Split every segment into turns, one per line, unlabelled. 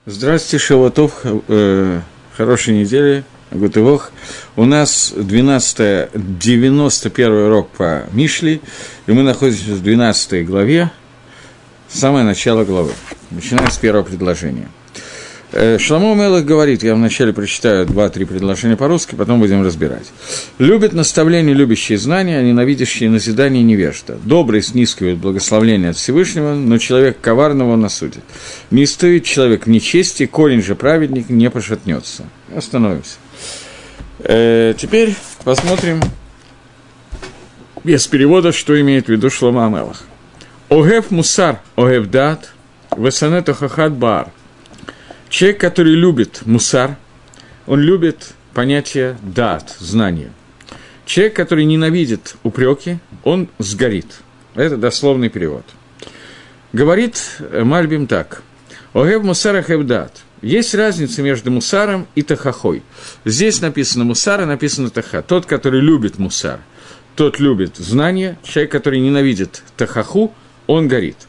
Здравствуйте, Шавуатов, хорошей недели, Гутывох. У нас 91 урок по Мишли, и мы находимся в 12 главе, самое начало главы. Начинаем с первого предложения. Шломо Мелех говорит, я вначале прочитаю 2-3 предложения по-русски, потом будем разбирать. «Любит наставление, любящие знания, а ненавидящие назидание невежда. Добрый снискивает благословление от Всевышнего, но человек коварного он осудит. Не стоит человек в нечестии, корень же праведник не пошатнется». Остановимся. Теперь посмотрим без перевода, что имеет в виду Шломо Мелех. «Огев мусар, огев дат, весанет охахат баар». Человек, который любит мусар, он любит понятие дат, знания. Человек, который ненавидит упреки, он сгорит. Это дословный перевод. Говорит Мальбим так. «Огев мусар ахев дат». Есть разница между мусаром и тахахой. Здесь написано мусар, а написано таха. Тот, который любит мусар, тот любит знания. Человек, который ненавидит тахаху, он горит.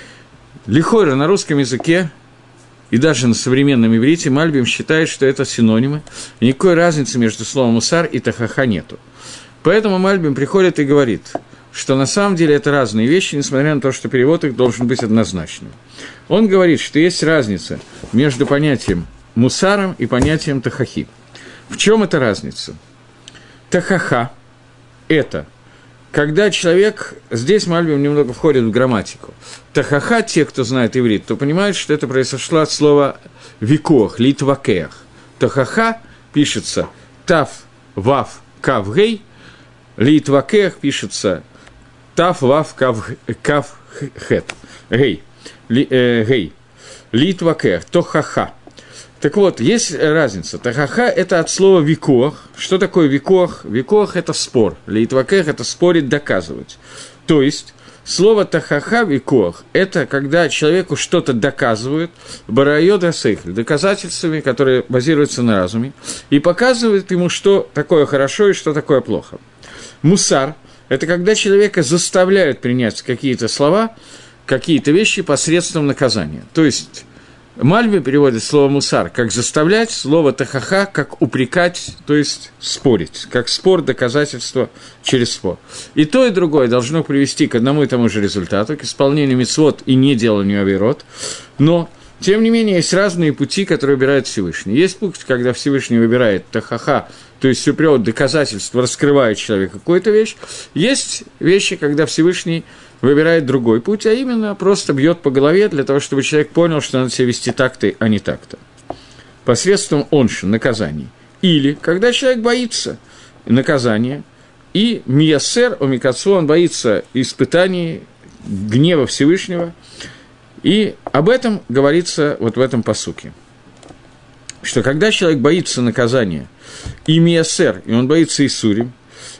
Лихойра на русском языке и даже на современном иврите Мальбим считает, что это синонимы, и никакой разницы между словом «мусар» и «тахаха» нету. Поэтому Мальбим приходит и говорит, что на самом деле это разные вещи, несмотря на то, что перевод их должен быть однозначным. Он говорит, что есть разница между понятием «мусаром» и понятием «тахахи». В чем эта разница? Тахаха – это когда человек, здесь Мальбим немного входит в грамматику, тахаха, те, кто знает иврит, то понимают, что это произошло от слова «викох», «литвакех». Тахаха пишется «тав, вав, кав, гей», «литвакех» пишется «тав, вав, кав, хет», «гей», «гей», «литвакех», «тохаха». Так вот, есть разница. Тахаха – это от слова «викох». Что такое «викох»? «Викох» – это спор. «Лейтвакех» – это спорить, доказывать. То есть, слово «тахаха», «викох» – это когда человеку что-то доказывают, «барайот асейхль», доказательствами, которые базируются на разуме, и показывают ему, что такое хорошо и что такое плохо. «Мусар» – это когда человека заставляют принять какие-то слова, какие-то вещи посредством наказания. То есть, Мальби переводит слово «мусар» как «заставлять», слово «тахаха» как «упрекать», то есть «спорить», как спор, доказательство через спор. И то, и другое должно привести к одному и тому же результату, к исполнению мицвот и не деланию авейрот, но, тем не менее, есть разные пути, которые выбирает Всевышний. Есть путь, когда Всевышний выбирает «тахаха», то есть упрёк, доказательство, раскрывает человеку какую-то вещь. Есть вещи, когда Всевышний выбирает другой путь, а именно просто бьет по голове для того, чтобы человек понял, что надо себя вести так-то, а не так-то. Посредством онши, наказаний. Или когда человек боится наказания, и миясер, омикацу, он боится испытаний, гнева Всевышнего, и об этом говорится вот в этом пасуке. Что когда человек боится наказания, и миясер, и он боится Исурим,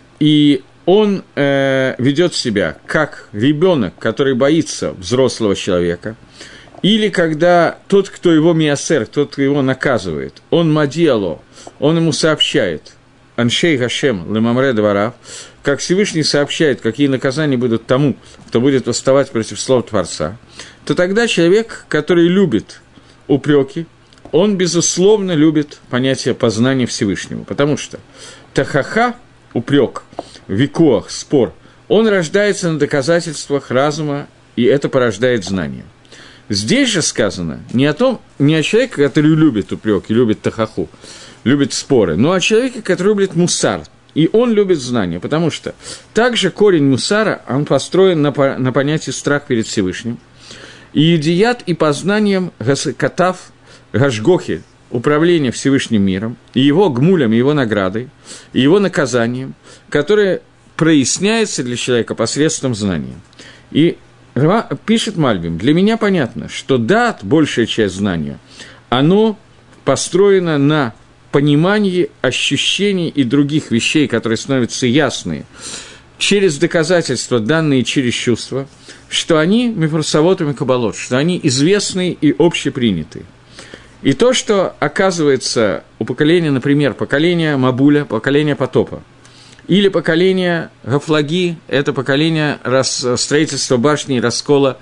и он ведет себя как ребенок, который боится взрослого человека, или когда тот, кто его миясер, тот, кто его наказывает, он мадиало, он ему сообщает, аншей гашем лемамре дварав, как Всевышний сообщает, какие наказания будут тому, кто будет восставать против слов Творца, то тогда человек, который любит упреки, он, безусловно, любит понятие познания Всевышнего, потому что тахаха, упрек, викуах, спор, он рождается на доказательствах разума, и это порождает знание. Здесь же сказано не о человеке, который любит упреки, любит тахаху, любит споры, но о человеке, который любит мусар, и он любит знания, потому что также корень мусара, он построен на понятии страх перед Всевышним, и идият и познанием катав гашгохи, управление Всевышним миром, и его гмулем, и его наградой, и его наказанием, которое проясняется для человека посредством знания. И пишет Мальбим, для меня понятно, что дат, большая часть знания, оно построено на понимании ощущений и других вещей, которые становятся ясные, через доказательства, данные через чувства, что они мифрусавот и микабалот, что они известные и общепринятые. И то, что оказывается у поколения, например, поколения Мабуля, поколения Потопа, или поколение Гафлаги, это поколение строительства башни и раскола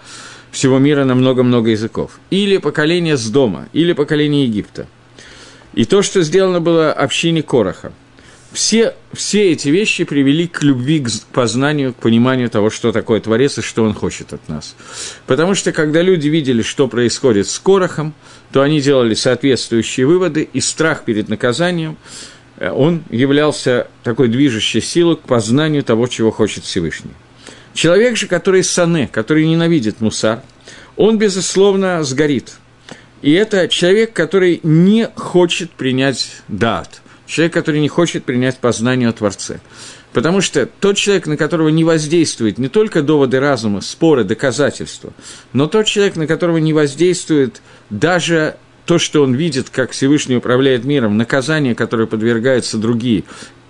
всего мира на много-много языков, или поколение Сдома, или поколение Египта, и то, что сделано было общине Кораха, все эти вещи привели к любви, к познанию, к пониманию того, что такое Творец и что он хочет от нас. Потому что, когда люди видели, что происходит с Корахом, то они делали соответствующие выводы, и страх перед наказанием, он являлся такой движущей силой к познанию того, чего хочет Всевышний. Человек же, который сане, который ненавидит мусар, он, безусловно, сгорит. И это человек, который не хочет принять даат, человек, который не хочет принять познание о Творце. Потому что тот человек, на которого не воздействует не только доводы разума, споры, доказательства, но тот человек, на которого не воздействует даже то, что он видит, как Всевышний управляет миром, наказание, которое подвергаются другие,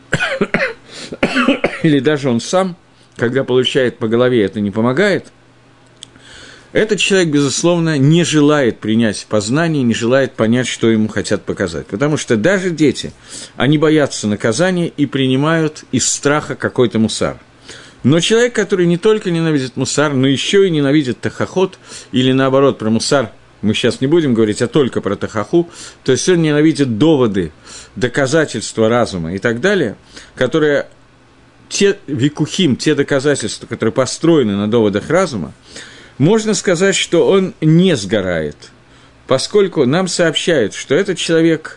или даже он сам, когда получает по голове, это не помогает, этот человек, безусловно, не желает принять познание, не желает понять, что ему хотят показать. Потому что даже дети, они боятся наказания и принимают из страха какой-то мусар. Но человек, который не только ненавидит мусар, но еще и ненавидит тахахот, или наоборот, про мусар мы сейчас не будем говорить, а только про тахаху, то есть он ненавидит доводы, доказательства разума и так далее, которые те викухим, те доказательства, которые построены на доводах разума, можно сказать, что он не сгорает, поскольку нам сообщают, что этот человек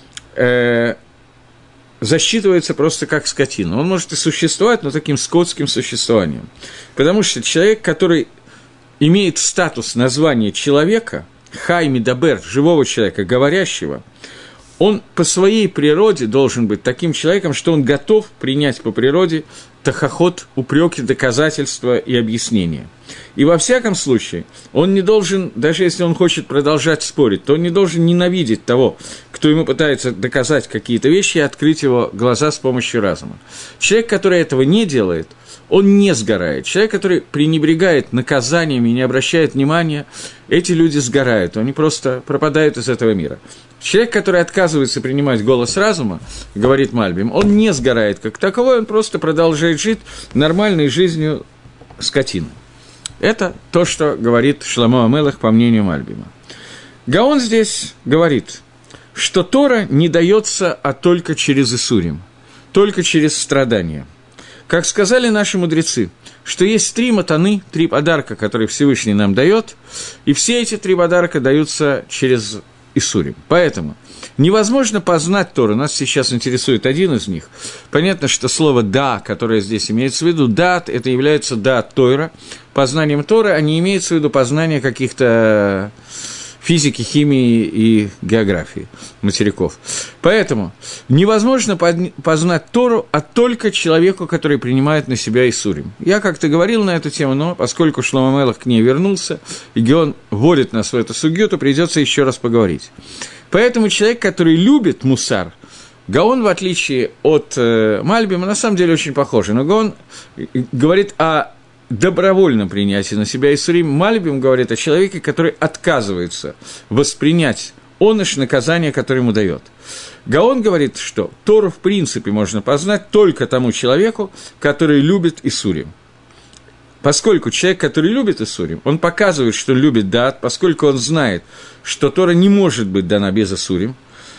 засчитывается просто как скотина. Он может и существовать, но таким скотским существованием. Потому что человек, который имеет статус названия человека, хай мидабер, живого человека, говорящего, он по своей природе должен быть таким человеком, что он готов принять по природе тахахот, упреки, доказательства и объяснения. И во всяком случае, он не должен, даже если он хочет продолжать спорить, то он не должен ненавидеть того, кто ему пытается доказать какие-то вещи и открыть его глаза с помощью разума. Человек, который этого не делает, он не сгорает. Человек, который пренебрегает наказаниями и не обращает внимания, эти люди сгорают, они просто пропадают из этого мира. Человек, который отказывается принимать голос разума, говорит Мальбим, он не сгорает как таковой, он просто продолжает жить нормальной жизнью скотины. Это то, что говорит Шломо ха-Мелех по мнению Мальбима. Гаон здесь говорит, что Тора не дается, а только через Исурим, только через страдания. Как сказали наши мудрецы, что есть 3 матаны, 3 подарка, которые Всевышний нам дает, и все эти 3 подарка даются через Исурим. Поэтому невозможно познать Тору. Нас сейчас интересует один из них. Понятно, что слово «да», которое здесь имеется в виду, «дат» – это является «дат Тора». Познанием Торы, а не имеется в виду познание каких-то физики, химии и географии материков. Поэтому невозможно познать Тору, а только человеку, который принимает на себя Исурим. Я как-то говорил на эту тему, но поскольку Шломо ха-Мелех к ней вернулся, и Геон вводит нас в эту сугью, то придется еще раз поговорить. Поэтому человек, который любит мусар, Гаон, в отличие от Мальбима, на самом деле очень похожи, но Гаон говорит о добровольном принятии на себя Исурим. Мальбим говорит о человеке, который отказывается воспринять оныш наказание, которое ему дает. Гаон говорит, что Тору в принципе можно познать только тому человеку, который любит Исурим. Поскольку человек, который любит Исурим, он показывает, что любит дат, поскольку он знает, что Тора не может быть дана без Исурим,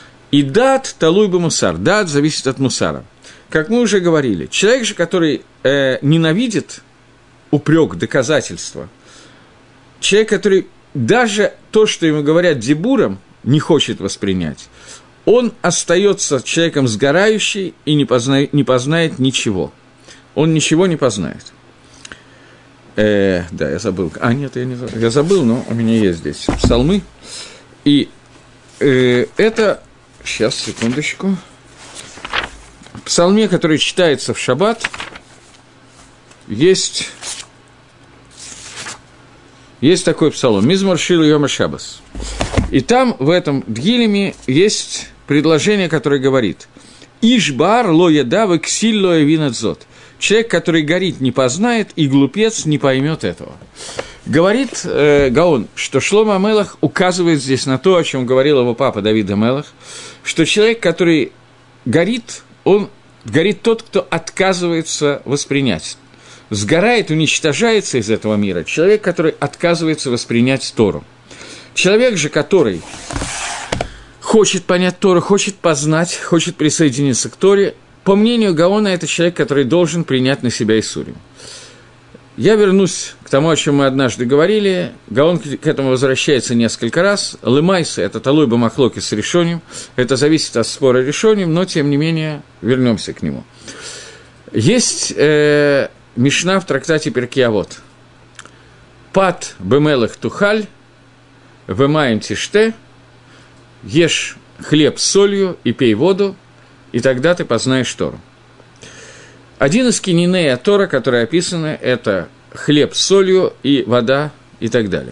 и дат талуй бы мусар, дат зависит от мусара. Как мы уже говорили, человек же, который ненавидит упрек, доказательства, человек, который даже то, что ему говорят дибуром, не хочет воспринять, он остается человеком сгорающим и не познает ничего. Он ничего не познает. Да, я забыл. Нет, я забыл, но у меня есть здесь псалмы. И это... Сейчас, секундочку. В псалме, который читается в шаббат, есть такой псалом «Мизмор шир йома шаббас». И там, в этом Дгилеме, есть предложение, которое говорит «Ишбар ло ядавы ксиль ло явинадзот». Человек, который горит, не познает, и глупец не поймет этого. Говорит Гаон, что Шломо ха-Мелех указывает здесь на то, о чем говорил его папа Давид ха-Мелех, что человек, который горит, он горит тот, кто отказывается воспринять. сгорает, уничтожается из этого мира человек, который отказывается воспринять Тору. Человек же, который хочет понять Тору, хочет познать, хочет присоединиться к Торе, по мнению Гаона, это человек, который должен принять на себя Исурим. Я вернусь к тому, о чем мы однажды говорили. Гаон к этому возвращается несколько раз. Лемайса – это талуй бамахлоки с решением. Это зависит от спора решением, но, тем не менее, вернемся к нему. Есть Мишна в трактате Перкей Авот. «Пат бемелех тухаль, вемаем тиште, ешь хлеб с солью и пей воду, и тогда ты познаешь Тору». Один из кининея Тора, которые описаны, это хлеб с солью и вода и так далее.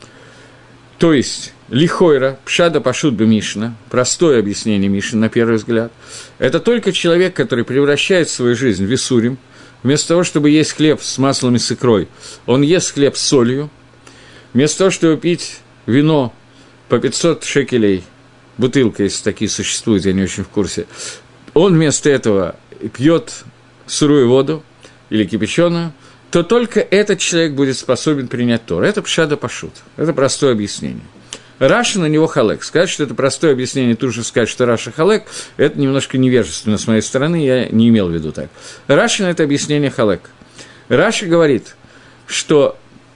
То есть, лихойра, пшада пашут бы Мишна, простое объяснение Мишны на первый взгляд, это только человек, который превращает свою жизнь в исурим, вместо того, чтобы есть хлеб с маслом и с икрой, он ест хлеб с солью, вместо того, чтобы пить вино по 500 шекелей, бутылка, если такие существуют, я не очень в курсе, он вместо этого пьет сырую воду или кипяченую, то только этот человек будет способен принять Тору. Это пшада пашут. Это простое объяснение. Раши на него халек. Сказать, что это простое объяснение, тут же сказать, что Раши халек, это немножко невежественно с моей стороны, я не имел в виду так. Раши на это объяснение халек. Раши говорит, что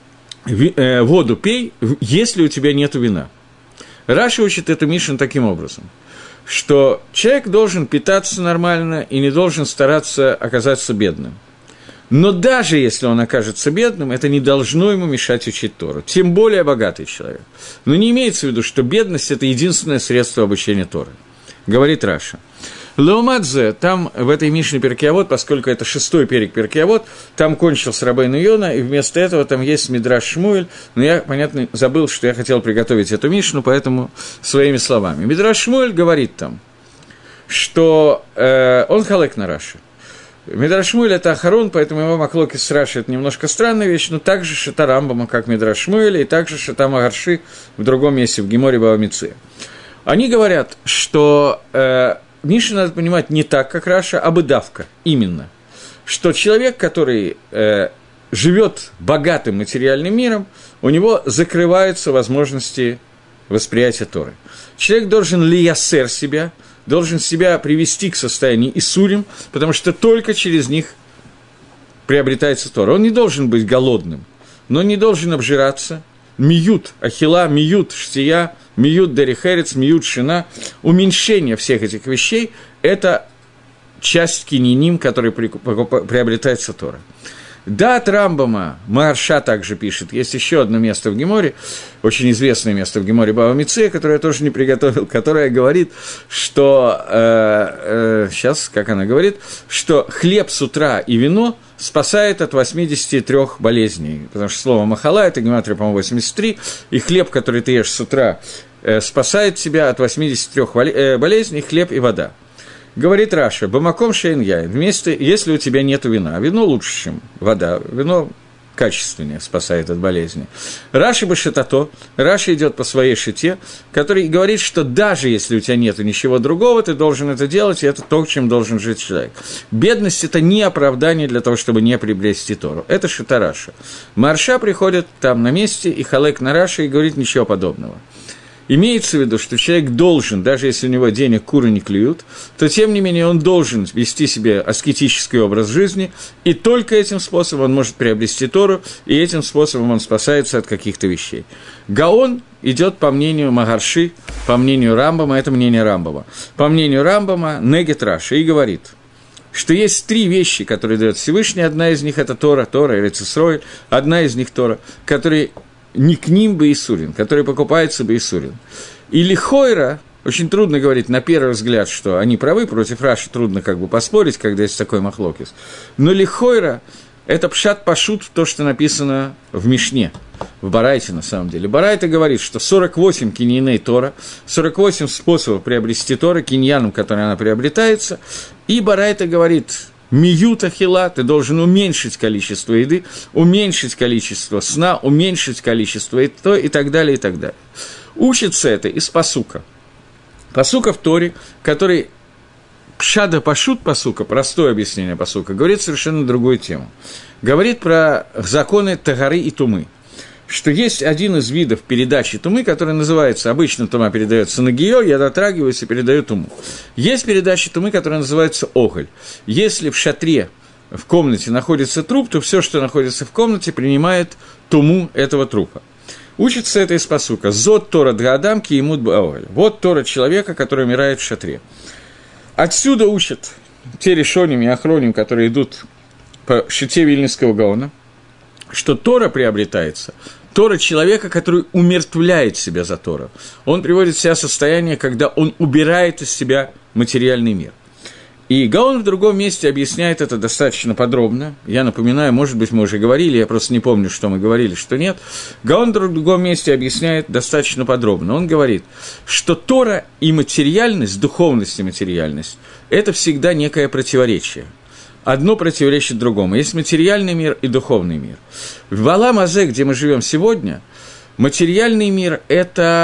воду пей, если у тебя нет вина. Раши учит эту Мишну таким образом, что человек должен питаться нормально и не должен стараться оказаться бедным. Но даже если он окажется бедным, это не должно ему мешать учить Тору. Тем более богатый человек. Но не имеется в виду, что бедность – это единственное средство обучения Торы. Говорит Раша. Леомадзе, там в этой Мишне Перкей Авот, поскольку это 6-й перек Перкей Авот, там кончился Рабейну Йона, и вместо этого там есть Мидраш Шмуэль, но я, понятно, забыл, что я хотел приготовить эту Мишну, поэтому своими словами. Мидраш Шмуэль говорит там, что он халек на Раши. Мидраш Шмуэль – это Ахарон, поэтому его маклоки с Раши – это немножко странная вещь, но также Шита Рамбама, как Мидраш Шмуэля, и также Шита Магарши в другом месте, в Геморе Бава Меция. Они говорят, что Мишну надо понимать не так, как Раша, а быдавка, именно. Что человек, который живет богатым материальным миром, у него закрываются возможности восприятия Торы. Человек должен лиясер себя, должен себя привести к состоянию исурим, потому что только через них приобретается Тора. Он не должен быть голодным, но не должен обжираться. Миют ахила, миют штия, миют дерихерец, миют шина. Уменьшение всех этих вещей – это часть кининим, который приобретается Тора. Да, от Рамбама, Маарша также пишет, есть еще одно место в Геморе, очень известное место в Геморе Бава Меция, которое я тоже не приготовил, которое говорит, что, сейчас, как она говорит, что хлеб с утра и вино спасает от 83 болезней, потому что слово «махала» – это гематрия, по-моему, 83, и хлеб, который ты ешь с утра, спасает тебя от 83 болезней, хлеб и вода. Говорит Раша, бамаком шейн яин, вместе, если у тебя нет вина, вино лучше, чем вода, вино качественнее спасает от болезни. Раши башитато, Раши идет по своей шите, который говорит, что даже если у тебя нет ничего другого, ты должен это делать, и это то, чем должен жить человек. Бедность – это не оправдание для того, чтобы не приобрести Тору. Это шита Раша. Марша приходит там на месте, и халек на Раши, и говорит ничего подобного. Имеется в виду, что человек должен, даже если у него денег куры не клюют, то, тем не менее, он должен вести себе аскетический образ жизни, и только этим способом он может приобрести Тору, и этим способом он спасается от каких-то вещей. Гаон идет по мнению Магарши, по мнению Рамбама, это мнение Рамбама, по мнению Рамбама, негет Раши, и говорит, что есть 3 вещи, которые дает Всевышний, одна из них – это Тора, Эрец Исроэль, одна из них Тора, которые не к ним Бейсурин, который покупается Бейсурин. И лихойра, очень трудно говорить на первый взгляд, что они правы, против Раши трудно как бы поспорить, когда есть такой махлокис. Но лихойра – это пшат пашут, то, что написано в Мишне, в Барайте на самом деле. Барайта говорит, что 48 киньяней Тора, 48 способов приобрести Тора, киньяном, которым она приобретается, и Барайта говорит – миюта хила, ты должен уменьшить количество еды, уменьшить количество сна, уменьшить количество и то, и так далее, и так далее. Учится это из пасука. Пасука в Торе, который Пшада Пашут пасука, простое объяснение пасука, говорит совершенно другую тему. Говорит про законы Тагары и Тумы. Что есть один из видов передачи тумы, который называется, обычно тума передается на гио, я дотрагиваюсь и передаю туму. Есть передача тумы, которая называется оголь. Если в шатре, в комнате находится труп, то все, что находится в комнате, принимает туму этого трупа. Учится это из пасука. «Зод Тора дгаадам ки имут баоголь». Вот Тора человека, который умирает в шатре. Отсюда учат те решоним и охроним, которые идут по шите Вильнюсского Гаона, что Тора приобретается, Тора человека, который умертвляет себя за Тору. Он приводит в себя состояние, когда он убирает из себя материальный мир. И Гаон в другом месте объясняет это достаточно подробно. Я напоминаю, может быть, мы уже говорили, я просто не помню, что мы говорили, что нет. Гаон в другом месте объясняет достаточно подробно. Он говорит, что Тора и материальность, духовность и материальность – это всегда некое противоречие. Одно противоречит другому. Есть материальный мир и духовный мир. В Олам Азе, где мы живем сегодня, материальный мир –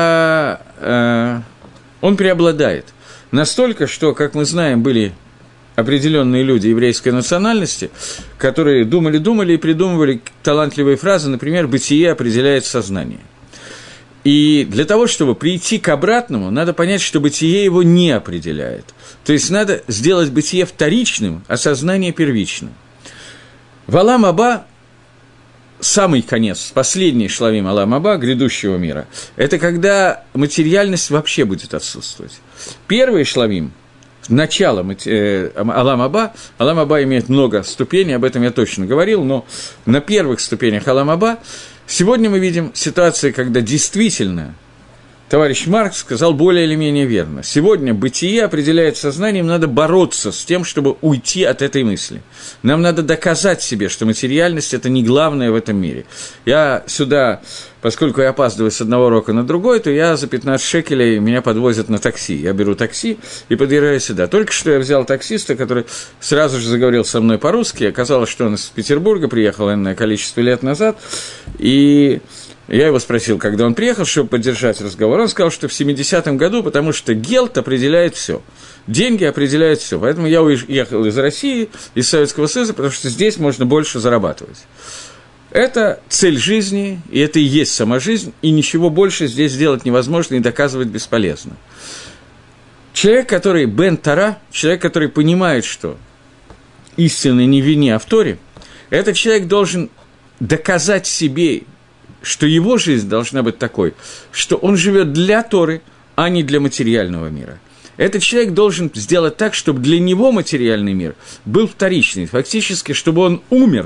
это… он преобладает. Настолько, что, как мы знаем, были определенные люди еврейской национальности, которые думали и придумывали талантливые фразы, например, «бытие определяет сознание». И для того, чтобы прийти к обратному, надо понять, что бытие его не определяет. То есть надо сделать бытие вторичным, а сознание первичным. В Олам Аба, самый конец, последний шлавим Олам Аба, грядущего мира, это когда материальность вообще будет отсутствовать. Первый шлавим, начало Олам Аба имеет много ступеней, об этом я точно говорил, но на первых ступенях Олам Аба сегодня мы видим ситуацию, когда действительно, товарищ Маркс сказал более или менее верно, сегодня бытие определяет сознание, им надо бороться с тем, чтобы уйти от этой мысли. Нам надо доказать себе, что материальность – это не главное в этом мире. Я сюда, поскольку я опаздываю с одного урока на другой, то я за 15 шекелей меня подвозят на такси. Я беру такси и подъезжаю сюда. Только что я взял таксиста, который сразу же заговорил со мной по-русски. Оказалось, что он из Петербурга приехал энное количество лет назад, и я его спросил, когда он приехал, чтобы поддержать разговор. Он сказал, что в 70-м году, потому что гелт определяет все. Деньги определяют все. Поэтому я уехал из России, из Советского Союза, потому что здесь можно больше зарабатывать. Это цель жизни, и это и есть сама жизнь, и ничего больше здесь сделать невозможно и доказывать бесполезно. Человек, который бен Тора, человек, который понимает, что истина не в вине, а в Торе, этот человек должен доказать себе, что его жизнь должна быть такой, что он живет для Торы, а не для материального мира. Этот человек должен сделать так, чтобы для него материальный мир был вторичный, фактически, чтобы он умер,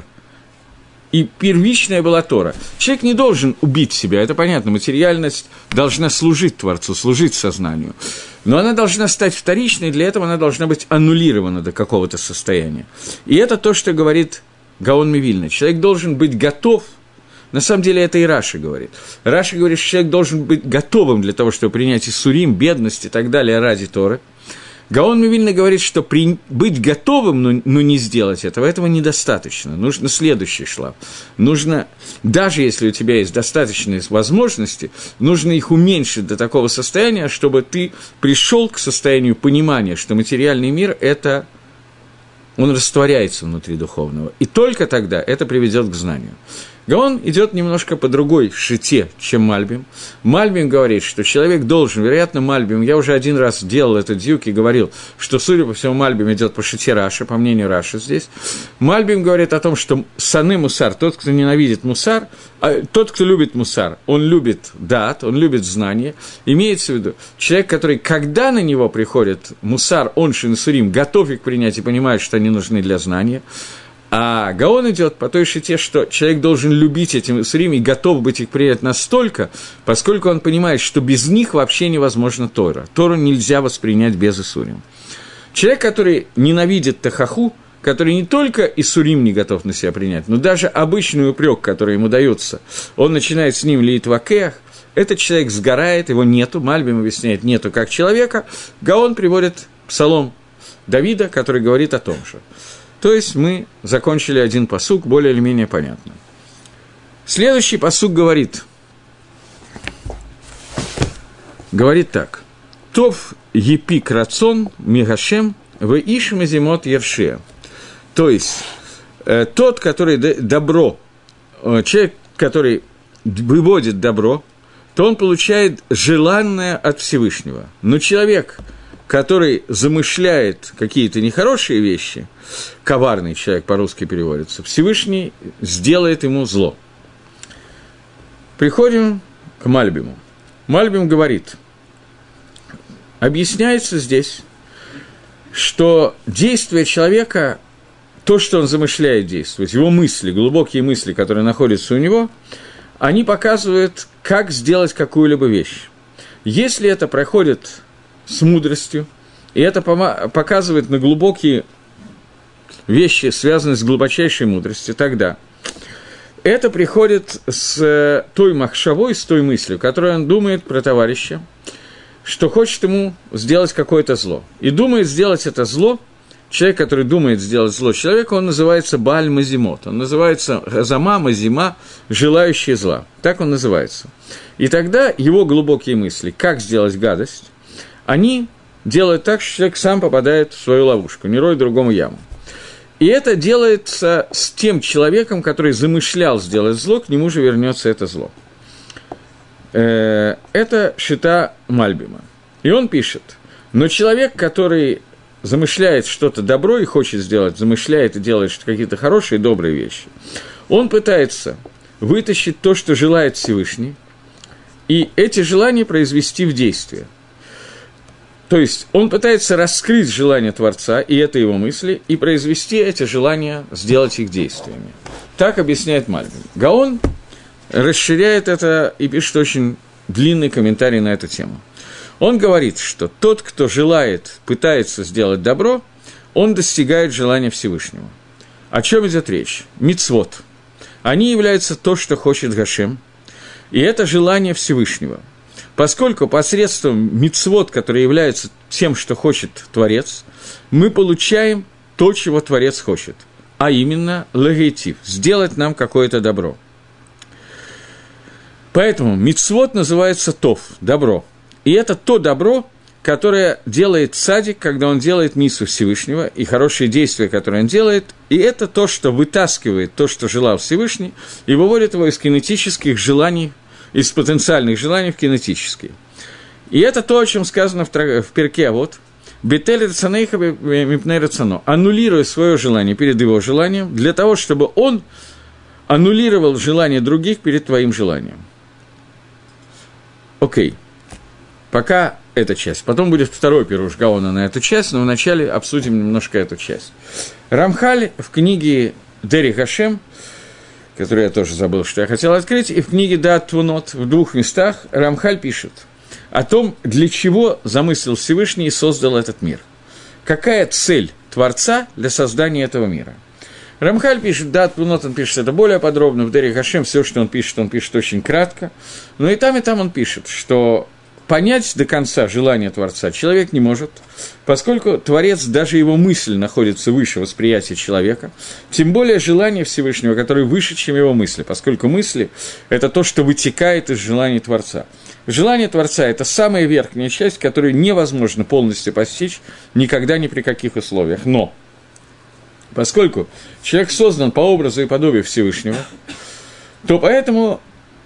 и первичная была Тора. Человек не должен убить себя, это понятно, материальность должна служить Творцу, служить сознанию. Но она должна стать вторичной, для этого она должна быть аннулирована до какого-то состояния. И это то, что говорит Гаон Мивильна. Человек должен быть готов. На самом деле это и Раши говорит. Раши говорит, что человек должен быть готовым для того, чтобы принять иссурим, бедность и так далее ради Торы. Гаон Мивильна говорит, что быть готовым, но не сделать этого недостаточно. Нужно следующий шлаф. Нужно, даже если у тебя есть достаточные возможности, нужно их уменьшить до такого состояния, чтобы ты пришел к состоянию понимания, что материальный мир – это он растворяется внутри духовного. И только тогда это приведет к знанию. Гаон идет немножко по другой шите, чем Мальбим. Мальбим говорит, что человек должен, вероятно, Мальбим, я уже один раз делал этот дьюк и говорил, что, судя по всему, Мальбим идет по шите Раши, по мнению Раши здесь. Мальбим говорит о том, что саны мусар, тот, кто ненавидит мусар, тот, кто любит мусар, он любит дат, он любит знания. Имеется в виду, человек, который, когда на него приходит мусар, он шинсурим, готов их принять и понимает, что они нужны для знания. А Гаон идет по той шите, что человек должен любить эти исурим и готов быть их принять настолько, поскольку он понимает, что без них вообще невозможно Тора. Тору нельзя воспринять без исурим. Человек, который ненавидит тахаху, который не только исурим не готов на себя принять, но даже обычный упрек, который ему дается, он начинает с ним лейтвакех, этот человек сгорает, его нету, Мальбим объясняет, нету как человека. Гаон приводит псалом Давида, который говорит о том же. То есть мы закончили один пасук, более или менее понятно. Следующий пасук говорит так. Тов епик рацон мигашем в ишмазимот ерше. То есть, тот, который добро, человек, который выводит добро, то он получает желанное от Всевышнего. Но человек, который замышляет какие-то нехорошие вещи, коварный человек по-русски переводится, Всевышний сделает ему зло. Приходим к Мальбиму. Мальбим говорит, объясняется здесь, что действие человека, то, что он замышляет действовать, его мысли, глубокие мысли, которые находятся у него, они показывают, как сделать какую-либо вещь. Если это проходит с мудростью, и это показывает на глубокие вещи, связанные с глубочайшей мудростью, тогда это приходит с той махшавой, с той мыслью, которую он думает про товарища, что хочет ему сделать какое-то зло. И думает сделать это зло, человек, который думает сделать зло человеку, он называется Бааль Мазимот, он называется Газама, Мазима, желающий зла, так он называется. И тогда его глубокие мысли, как сделать гадость, они делают так, что человек сам попадает в свою ловушку, не рой другому яму. И это делается с тем человеком, который замышлял сделать зло, к нему же вернется это зло. Это шита Мальбима. И он пишет, но человек, который замышляет что-то добро и хочет сделать, замышляет и делает какие-то хорошие, добрые вещи, он пытается вытащить то, что желает Всевышний, и эти желания произвести в действие. То есть он пытается раскрыть желание Творца, и это его мысли, и произвести эти желания, сделать их действиями. Так объясняет Мальбим. Гаон расширяет это и пишет очень длинный комментарий на эту тему. Он говорит, что тот, кто желает, пытается сделать добро, он достигает желания Всевышнего. О чем идет речь? Мицвот. Они являются то, что хочет Гашем, и это желание Всевышнего. Поскольку посредством мицвот, который является тем, что хочет Творец, мы получаем то, чего Творец хочет, а именно лагейтив, сделать нам какое-то добро. Поэтому мицвот называется тов, добро. И это то добро, которое делает цадик, когда он делает миссу Всевышнего, и хорошие действия, которые он делает, и это то, что вытаскивает то, что желал Всевышний, и выводит его из кинетических желаний, из потенциальных желаний в кинетические. И это то, о чем сказано в перке, вот, «Бетель рацанейха мипней рацано», аннулируя свое желание перед его желанием, для того, чтобы он аннулировал желание других перед твоим желанием. Окей. Пока эта часть. Потом будет второй пируш Гаона на эту часть, но вначале обсудим немножко эту часть. Рамхаль в книге Дери Гашем, которую я тоже забыл, что я хотел открыть, и в книге Даат Твунот в двух местах Рамхаль пишет о том, для чего замыслил Всевышний и создал этот мир. Какая цель Творца для создания этого мира. Рамхаль пишет, Даат Твунот, он пишет это более подробно, в Дери Гашем все, что он пишет очень кратко, но и там он пишет, что понять до конца желание Творца человек не может, поскольку Творец, даже его мысль находится выше восприятия человека, тем более желание Всевышнего, которое выше, чем его мысли, поскольку мысли – это то, что вытекает из желания Творца. Желание Творца – это самая верхняя часть, которую невозможно полностью постичь никогда ни при каких условиях. Но поскольку человек создан по образу и подобию Всевышнего, то поэтому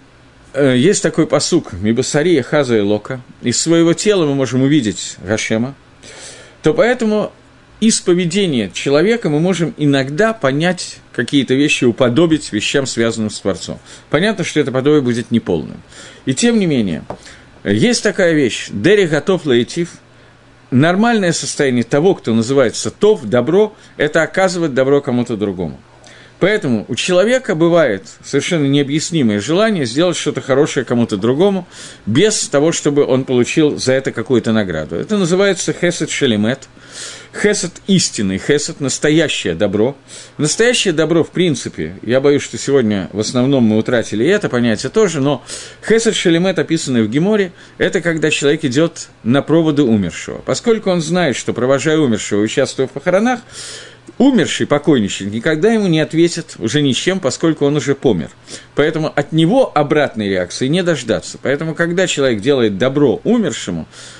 есть такой пасук «Мибасария хаза и лока», из своего тела мы можем увидеть Гашема, то поэтому из поведения человека мы можем иногда понять какие-то вещи, уподобить вещам, связанным с Творцом. Понятно, что это подобие будет неполным. И тем не менее, есть такая вещь «Дери готов лаитив», нормальное состояние того, кто называется тов, добро, это оказывать добро кому-то другому. Поэтому у человека бывает совершенно необъяснимое желание сделать что-то хорошее кому-то другому, без того, чтобы он получил за это какую-то награду. Это называется хесед шелемет, хесед истинный, хесед настоящее добро. Настоящее добро, в принципе, я боюсь, что сегодня в основном мы утратили и это понятие тоже, но хесед шелемет, описанный в Геморе, это когда человек идет на проводы умершего. Поскольку он знает, что, провожая умершего, участвуя в похоронах, умерший, покойничек, никогда ему не ответит уже ничем, поскольку он уже помер. Поэтому от него обратной реакции не дождаться. Поэтому, когда человек делает добро умершему,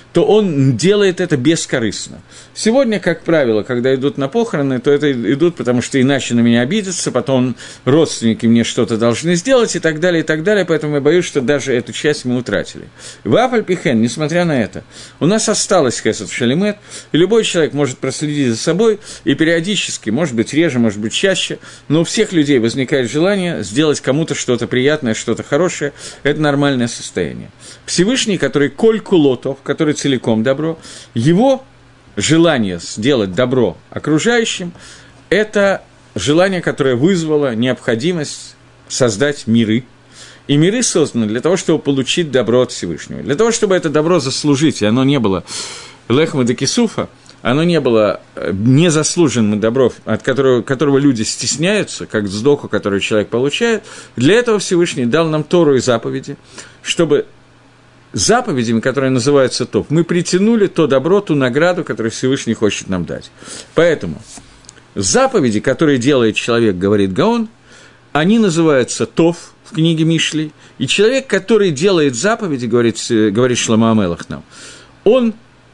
то он делает это бескорыстно. Сегодня, как правило, когда идут на похороны, то это идут, потому что иначе на меня обидятся, потом родственники мне что-то должны сделать и так далее, поэтому я боюсь, что даже эту часть мы утратили. В Афаль-Пихен, несмотря на это, у нас осталось хесед шалимет, и любой человек может проследить за собой, и периодически, может быть, реже, может быть, чаще, но у всех людей возникает желание сделать кому-то что-то приятное, что-то хорошее, это нормальное состояние. Всевышний, который коль кулотов, который целиком добро, его желание сделать добро окружающим – это желание, которое вызвало необходимость создать миры. И миры созданы для того, чтобы получить добро от Всевышнего. Для того, чтобы это добро заслужить, и оно не было лехма де кисуфа, оно не было незаслуженным добром, от которого люди стесняются, как сдоку, который человек получает, для этого Всевышний дал нам Тору и заповеди, чтобы заповедями, которые называются топ, мы притянули то добро, ту награду, которую Всевышний хочет нам дать. Поэтому заповеди, которые делает человек, говорит Гаон, они называются тов в книге Мишли, и человек, который делает заповеди, говорит Шломо ха-Мелех нам, он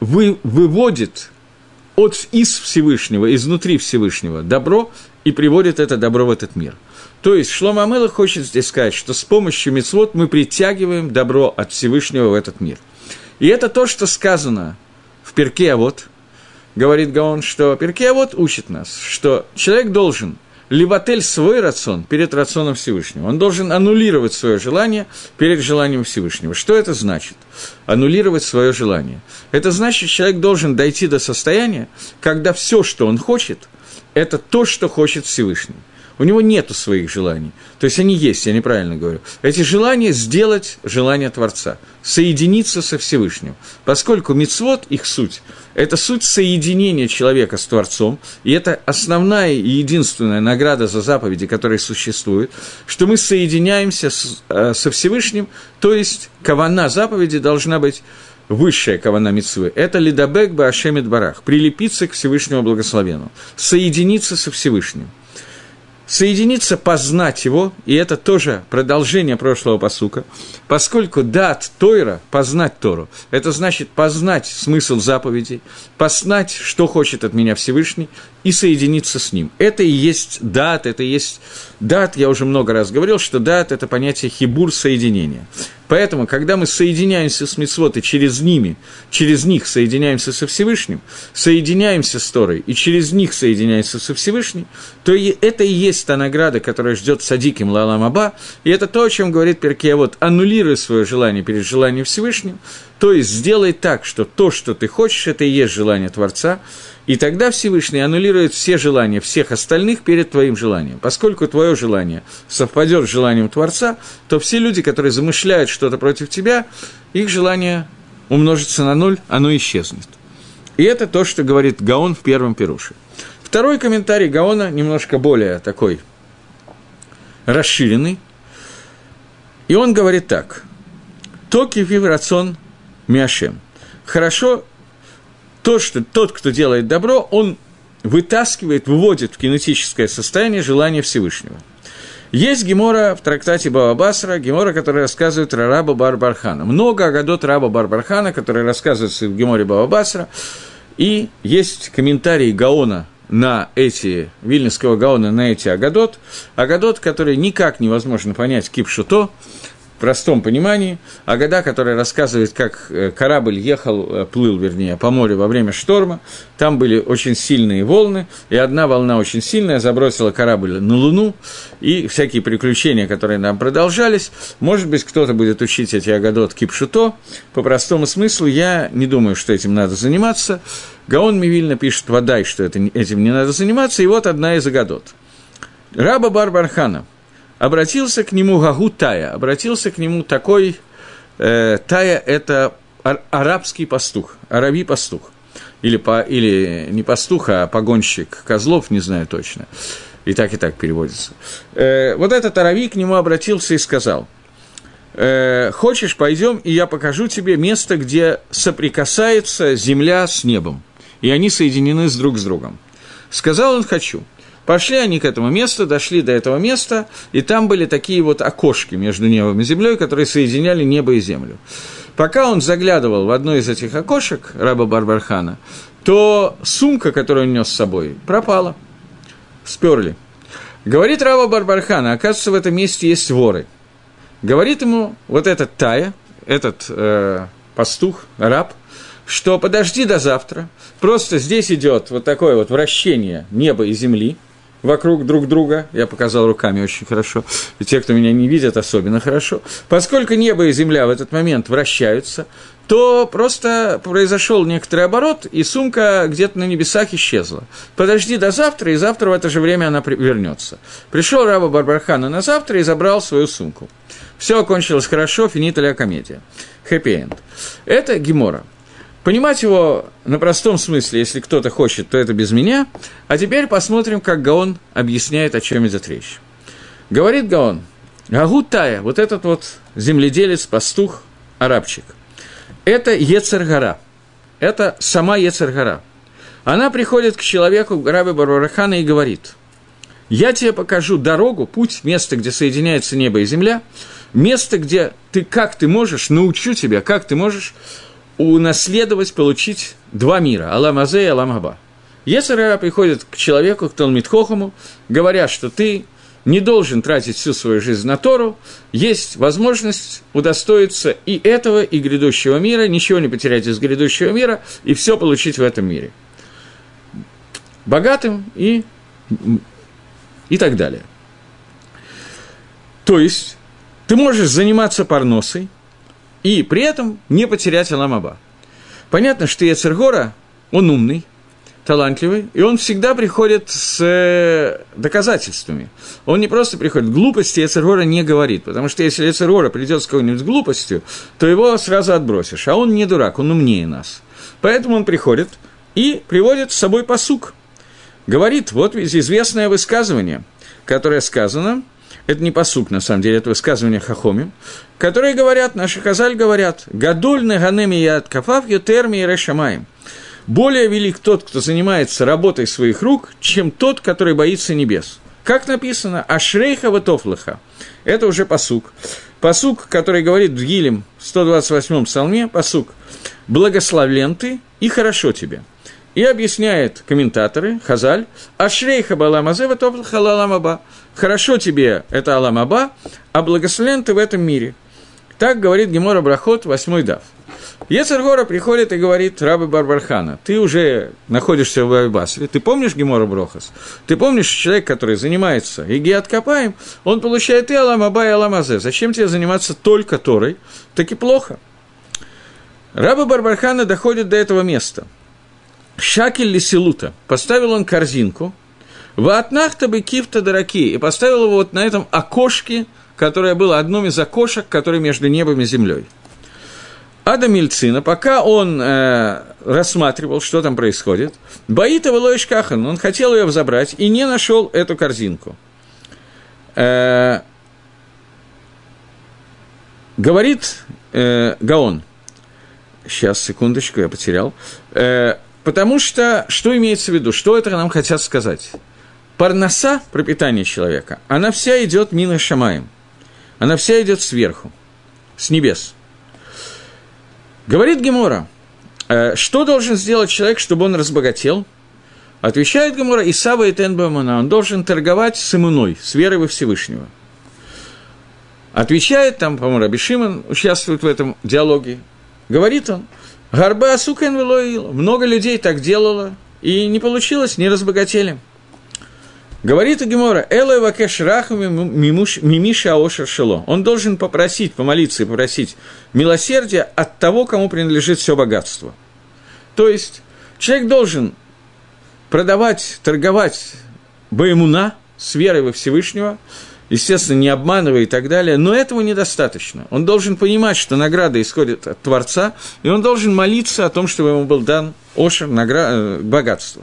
выводит из Всевышнего, изнутри Всевышнего добро и приводит это добро в этот мир. То есть Шломо ха-Мелех хочет здесь сказать, что с помощью мицвот мы притягиваем добро от Всевышнего в этот мир. И это то, что сказано в Перкей Авот, говорит Гаон, что Перкей Авот учит нас, что человек должен ливатель свой рацион перед рационом Всевышнего. Он должен аннулировать свое желание перед желанием Всевышнего. Что это значит? Аннулировать свое желание. Это значит, что человек должен дойти до состояния, когда все, что он хочет, это то, что хочет Всевышний. У него нету своих желаний. То есть они есть, я неправильно говорю. Эти желания сделать желание Творца, соединиться со Всевышним. Поскольку мицвот, их суть, это суть соединения человека с Творцом, и это основная и единственная награда за заповеди, которые существуют, что мы соединяемся со Всевышним, то есть кавана заповеди должна быть высшая кавана мицвы, это лидабек баашем эдбарах, прилепиться к Всевышнему благословенному, соединиться со Всевышним. Соединиться, познать его, и это тоже продолжение прошлого пасука, поскольку дат Тойра, познать Тору, это значит познать смысл заповедей, познать, что хочет от меня Всевышний, и соединиться с ним. Это и есть дат, я уже много раз говорил, что дат – это понятие хибур, соединения. Поэтому, когда мы соединяемся с мицвот и через них соединяемся со Всевышним, соединяемся с Торой и через них соединяемся со Всевышним, то это и есть та награда, которая ждет садиким лалам аба, и это то, о чем говорит Перкей Авот: аннулируй свое желание перед желанием Всевышним, то есть сделай так, что то, что ты хочешь, это и есть желание Творца, и тогда Всевышний аннулирует все желания всех остальных перед твоим желанием. Поскольку твое желание совпадет с желанием Творца, то все люди, которые замышляют что-то против тебя, их желание умножится на 0, оно исчезнет. И это то, что говорит Гаон в первом пируше. Второй комментарий Гаона немножко более такой расширенный. И он говорит так: «Токи вив рацион миашем». Хорошо, то, что тот, кто делает добро, он выводит в кинетическое состояние желание Всевышнего. Есть гемора в трактате Бава Басра, гемора, которая рассказывает про раба Бар-Бархана. Много агадот раба Бар-Бархана, которые рассказываются в геморе Бава Басра. И есть комментарии Гаона на эти, Вильнюсского Гаона на эти агадот, которые никак невозможно понять кипшуто, в простом понимании, Агада, которая рассказывает, как корабль плыл по морю во время шторма, там были очень сильные волны, и одна волна очень сильная забросила корабль на Луну, и всякие приключения, которые нам продолжались. Может быть, кто-то будет учить эти агадот кипшуто. По простому смыслу, я не думаю, что этим надо заниматься. Гаон Мивильна пишет водай, что этим не надо заниматься, и вот одна из агадот. Раба Бар-Бархана обратился к нему Гагу Тая, обратился к нему такой, Тая – это арабский пастух, араби-пастух, или не пастух, а погонщик козлов, не знаю точно, и так переводится. Вот этот араби к нему обратился и сказал: «Хочешь, пойдем, и я покажу тебе место, где соприкасается земля с небом, и они соединены друг с другом». Сказал он: «Хочу». Пошли они к этому месту, дошли до этого места, и там были такие вот окошки между небом и землей, которые соединяли небо и землю. Пока он заглядывал в одно из этих окошек раба Барбархана, то сумка, которую он нес с собой, пропала, сперли. Говорит раба Барбархана, оказывается, в этом месте есть воры. Говорит ему вот этот Тая, этот пастух, раб, что подожди до завтра, просто здесь идет вот такое вот вращение неба и земли вокруг друг друга, я показал руками очень хорошо, и те, кто меня не видят, особенно хорошо, поскольку небо и земля в этот момент вращаются, то просто произошел некоторый оборот, и сумка где-то на небесах исчезла. Подожди до завтра, и завтра в это же время она вернется. Пришел раба Барбархана на завтра и забрал свою сумку. Все окончилось хорошо, финита ля комедия. Хэппи-энд. Это Гемора. Понимать его на простом смысле, если кто-то хочет, то это без меня. А теперь посмотрим, как Гаон объясняет, о чем идет речь. Говорит Гаон, Гагу Тая, вот этот вот земледелец, пастух, арабчик, это Ецер-гара, это сама Ецер-гара. Она приходит к человеку, к рабе Барбархана, и говорит, я тебе покажу дорогу, путь, место, где соединяется небо и земля, место, где как ты можешь, научу тебя, как ты можешь унаследовать, получить два мира, Алам Азе и Алам Аба. Ецер-гара приходит к человеку, к Талмид Хохаму, говоря, что ты не должен тратить всю свою жизнь на Тору, есть возможность удостоиться и этого, и грядущего мира, ничего не потерять из грядущего мира, и все получить в этом мире. Богатым и так далее. То есть, ты можешь заниматься парносой, и при этом не потерять Алам Аба. Понятно, что Ецер-гора, он умный, талантливый, и он всегда приходит с доказательствами. Он не просто приходит. Глупости Ецер-гора не говорит, потому что если Ецер-гора придет с какой-нибудь глупостью, то его сразу отбросишь. А он не дурак, он умнее нас. Поэтому он приходит и приводит с собой пасук. Говорит, вот ведь известное высказывание, которое сказано, это не пасук, на самом деле, это высказывание Хахомим, которые говорят, наши хазаль говорят, «Гадоль неганеми яд кафав ютерми и решамаем». Более велик тот, кто занимается работой своих рук, чем тот, который боится небес. Как написано, «Ашрейха ватофлаха». Это уже пасук. Пасук, который говорит в Гилем, в 128-м псалме, пасук «Благословлен ты и хорошо тебе». И объясняет комментаторы, Хазаль, «Ашрейха балам азе ватофлаха лалам аба». Хорошо тебе – это Алам Аба, а благословен ты в этом мире. Так говорит Гемора Брахот, 8-й дав. Ецер-гора приходит и говорит рабе Барбархана, ты уже находишься в Байбасре, ты помнишь Гемора Брохас? Ты помнишь, человек, который занимается Игиат Капаем, он получает и Алам Аба, и Алам Азе. Зачем тебе заниматься только Торой? Так и плохо. Рабе Барбархана доходит до этого места. Шакель лисилута. Поставил он корзинку, «Ваатнахта бы кифта дараки», и поставил его вот на этом окошке, которое было одним из окошек, которое между небом и землей. Ада Мильцина, пока он рассматривал, что там происходит, Баита Велоиш Кахан, он хотел ее взобрать и не нашел эту корзинку. Говорит Гаон, сейчас, секундочку, я потерял, потому что имеется в виду, что это нам хотят сказать? Парноса, пропитание человека, она вся идет мина шамаем. Она вся идет сверху, с небес. Говорит Гемора, что должен сделать человек, чтобы он разбогател? Отвечает Гемора, Исава и Тенбамана, он должен торговать с иммуной, с верой во Всевышнего. Отвечает, там, по-моему, Раби Шимон участвует в этом диалоге. Говорит он, Гарба сукен велоил, много людей так делало, и не получилось, не разбогатели. Говорит Гемора, Элой вакеш раху мимиша аошер шело. Он должен попросить, помолиться и попросить милосердия от того, кому принадлежит все богатство. То есть, человек должен продавать, торговать баэмуна с верой во Всевышнего, естественно, не обманывая и так далее, но этого недостаточно. Он должен понимать, что награда исходит от Творца, и он должен молиться о том, чтобы ему был дан ошер, богатство.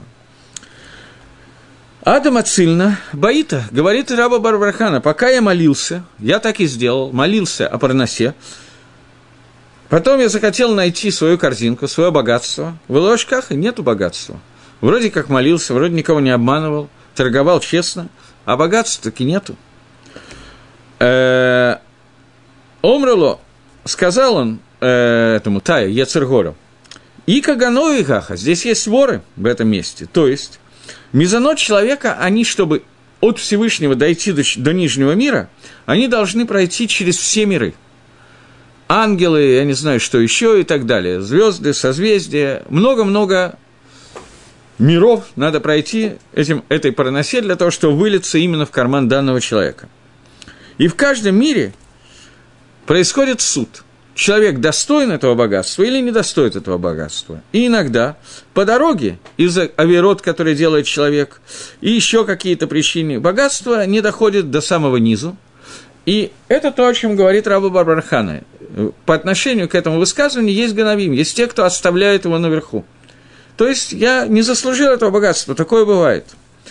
Адам Ацильна, Баита, говорит раба Барбархана, пока я молился, я так и сделал, молился о парносе, потом я захотел найти свою корзинку, свое богатство, в ложках нету богатства. Вроде как молился, вроде никого не обманывал, торговал честно, а богатства таки нету. Омруло, сказал он, этому Тае, Ецер-Гору. И Кагану и Гаха, здесь есть воры в этом месте, то есть мезонот человека, они, чтобы от Всевышнего дойти до нижнего мира, они должны пройти через все миры. Ангелы, я не знаю, что еще и так далее, звезды, созвездия, много-много миров надо пройти этой параносе для того, чтобы вылиться именно в карман данного человека. И в каждом мире происходит суд. Человек достоин этого богатства или не достоин этого богатства. И иногда по дороге, из-за авирот, который делает человек, и еще какие-то причины, богатство не доходит до самого низу. И это то, о чем говорит Раба бар-бар-Хана. По отношению к этому высказыванию есть ганавим, есть те, кто оставляет его наверху. То есть я не заслужил этого богатства, такое бывает.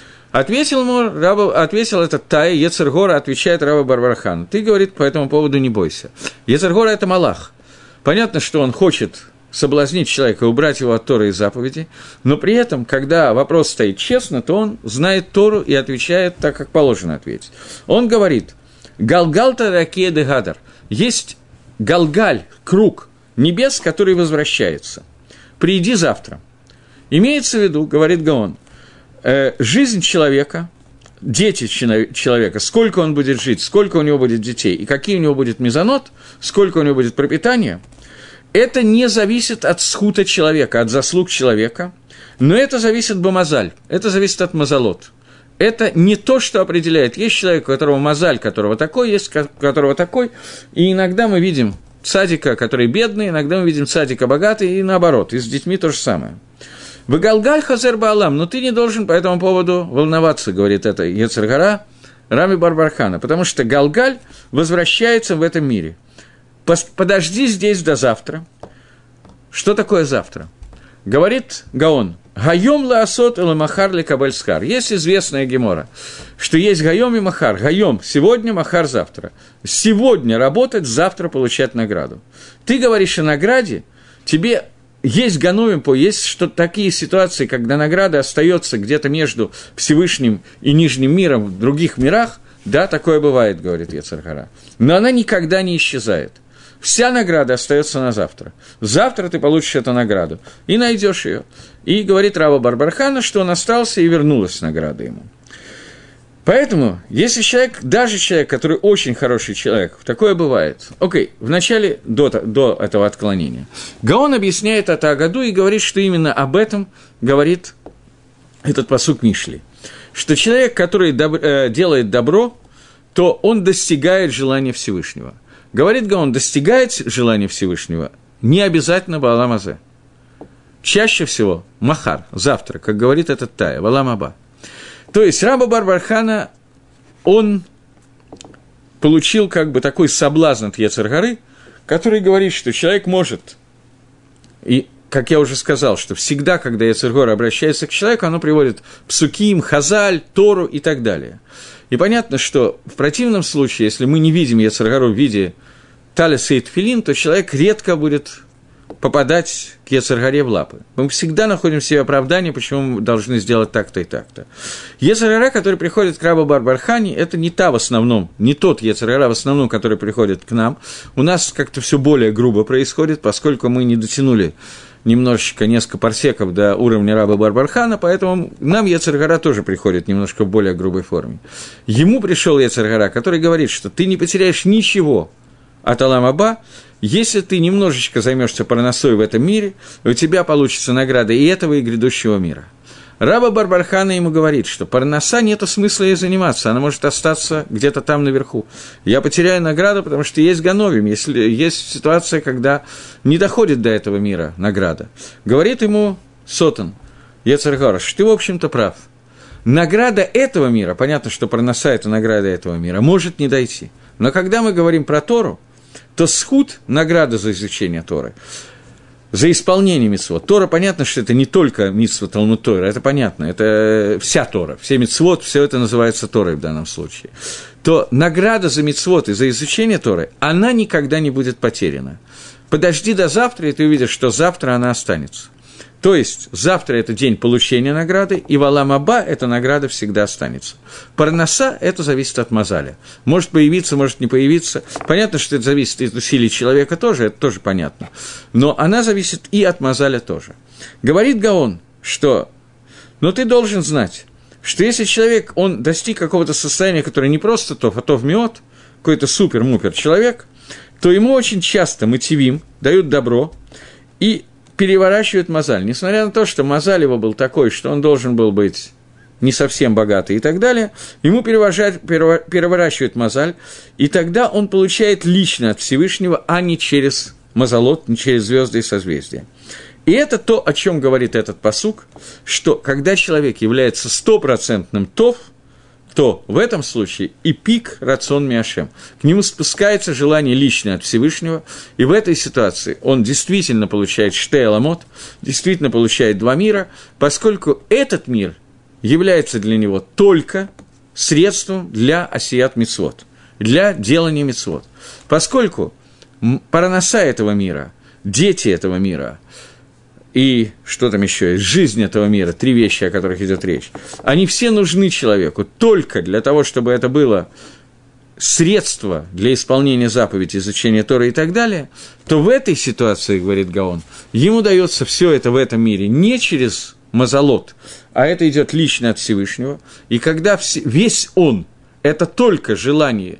Ответил этот Тай, Ецер-Гора, отвечает Раба бар-бар-Хана. Ты, говорит, по этому поводу не бойся. Ецер-Гора – это малах. Понятно, что он хочет соблазнить человека, убрать его от Торы и заповедей, но при этом, когда вопрос стоит честно, то он знает Тору и отвечает так, как положено ответить. Он говорит, «Галгалта ракея де гадар». Есть Галгаль, круг небес, который возвращается. «Приди завтра». Имеется в виду, говорит Гаон, жизнь человека, дети человека, сколько он будет жить, сколько у него будет детей, и какие у него будет мезонот, сколько у него будет пропитания, это не зависит от схута человека, от заслуг человека, но это зависит бамазаль, это зависит от мазалот. Это не то, что определяет. Есть человек, у которого мазаль, которого такой, есть которого такой, и иногда мы видим цадика, который бедный, иногда мы видим цадика богатый, и наоборот, и с детьми то же самое. «Вагалгаль хазер баалам», но ты не должен по этому поводу волноваться, говорит это Ецер-Гора, Раби бар-бар-Хана, потому что Галгаль возвращается в этом мире. Подожди здесь до завтра. Что такое завтра? Говорит Гаон, «Гайом лаасот или махар ли кабальскар». Есть известная гемора, что есть гайом и махар. Гайом – сегодня, махар – завтра. Сегодня работать, завтра получать награду. Ты говоришь о награде, тебе есть гануим, есть что такие ситуации, когда награда остается где-то между Всевышним и Нижним миром в других мирах, да, такое бывает, говорит Ецер-Гора, но она никогда не исчезает. Вся награда остается на завтра. Завтра ты получишь эту награду и найдешь ее. И говорит Раба бар-бар-Хана, что он остался и вернулась награда ему. Поэтому, если человек, даже человек, который очень хороший человек, такое бывает. Окей, вначале до этого отклонения. Гаон объясняет это Агаду и говорит, что именно об этом говорит этот пасук Мишли. Что человек, который делает добро, то он достигает желания Всевышнего. Говорит Гаон, достигает желания Всевышнего не обязательно баалам азе. Чаще всего махар, завтра, как говорит этот Тая, валам аба. То есть Раба бар-бар-Хана, он получил как бы такой соблазн от Ецер-Горы, который говорит, что человек может, и, как я уже сказал, что всегда, когда Ецер-Гора обращается к человеку, оно приводит псуким, хазаль, Тору и так далее. И понятно, что в противном случае, если мы не видим Ецер-Гору в виде талиса и тфилин, то человек редко будет попадать к Ецер-Горе в лапы. Мы всегда находим себе оправдание, почему мы должны сделать так-то и так-то. Ецер-Гора, который приходит к Рабу бар-бар-Хане, это не та в основном, не тот Ецер-Гора в основном, который приходит к нам. У нас как-то все более грубо происходит, поскольку мы не дотянули немножечко, несколько парсеков до уровня Раба бар-бар-Хана, поэтому нам Ецер-Гора тоже приходит немножко в более грубой форме. Ему пришел Ецер-Гора, который говорит, что ты не потеряешь ничего от Алам Аба, если ты немножечко займешься парносой в этом мире, у тебя получится награда и этого, и грядущего мира. Раба бар-бар-Хана ему говорит, что парноса нету смысла ей заниматься, она может остаться где-то там наверху. Я потеряю награду, потому что есть гановим, если есть ситуация, когда не доходит до этого мира награда. Говорит ему Сотан, Ецер-Гора, что ты, в общем-то, прав. Награда этого мира, понятно, что парноса – это награда этого мира, может не дойти. Но когда мы говорим про Тору, то схуд – награда за изучение Торы, за исполнение мицвот. Тора, понятно, что это не только мицва Талмуд Тора, это понятно, это вся Тора, все мицвот, все это называется Торой в данном случае. То награда за мицвот и за изучение Торы, она никогда не будет потеряна. Подожди до завтра, и ты увидишь, что завтра она останется. То есть, завтра это день получения награды, и в Олам Аба эта награда всегда останется. Парноса – это зависит от мазаля. Может появиться, может не появиться. Понятно, что это зависит от усилий человека тоже, это тоже понятно. Но она зависит и от мазаля тоже. Говорит Гаон, что «но ты должен знать, что если человек, он достиг какого-то состояния, которое не просто тов, а тов миот, какой-то супер-мупер человек, то ему очень часто мотивим, дают добро и переворачивают мазаль. Несмотря на то, что мазаль его был такой, что он должен был быть не совсем богатый и так далее, ему переворачивают мазаль, и тогда он получает лично от Всевышнего, а не через мазалот, не через звезды и созвездия. И это то, о чем говорит этот пасук, что когда человек является стопроцентным тов, то в этом случае и пик рацион миашем. К нему спускается желание личное от Всевышнего, и в этой ситуации он действительно получает штей аламот, действительно получает два мира, поскольку этот мир является для него только средством для асият мицвот, для делания мицвот. Поскольку парноса этого мира, дети этого мира – и что там еще есть, жизнь этого мира, три вещи, о которых идет речь, они все нужны человеку только для того, чтобы это было средство для исполнения заповедей, изучения Торы и так далее, то в этой ситуации, говорит Гаон, ему дается все это в этом мире не через мазалот, а это идет лично от Всевышнего, и когда весь он – это только желание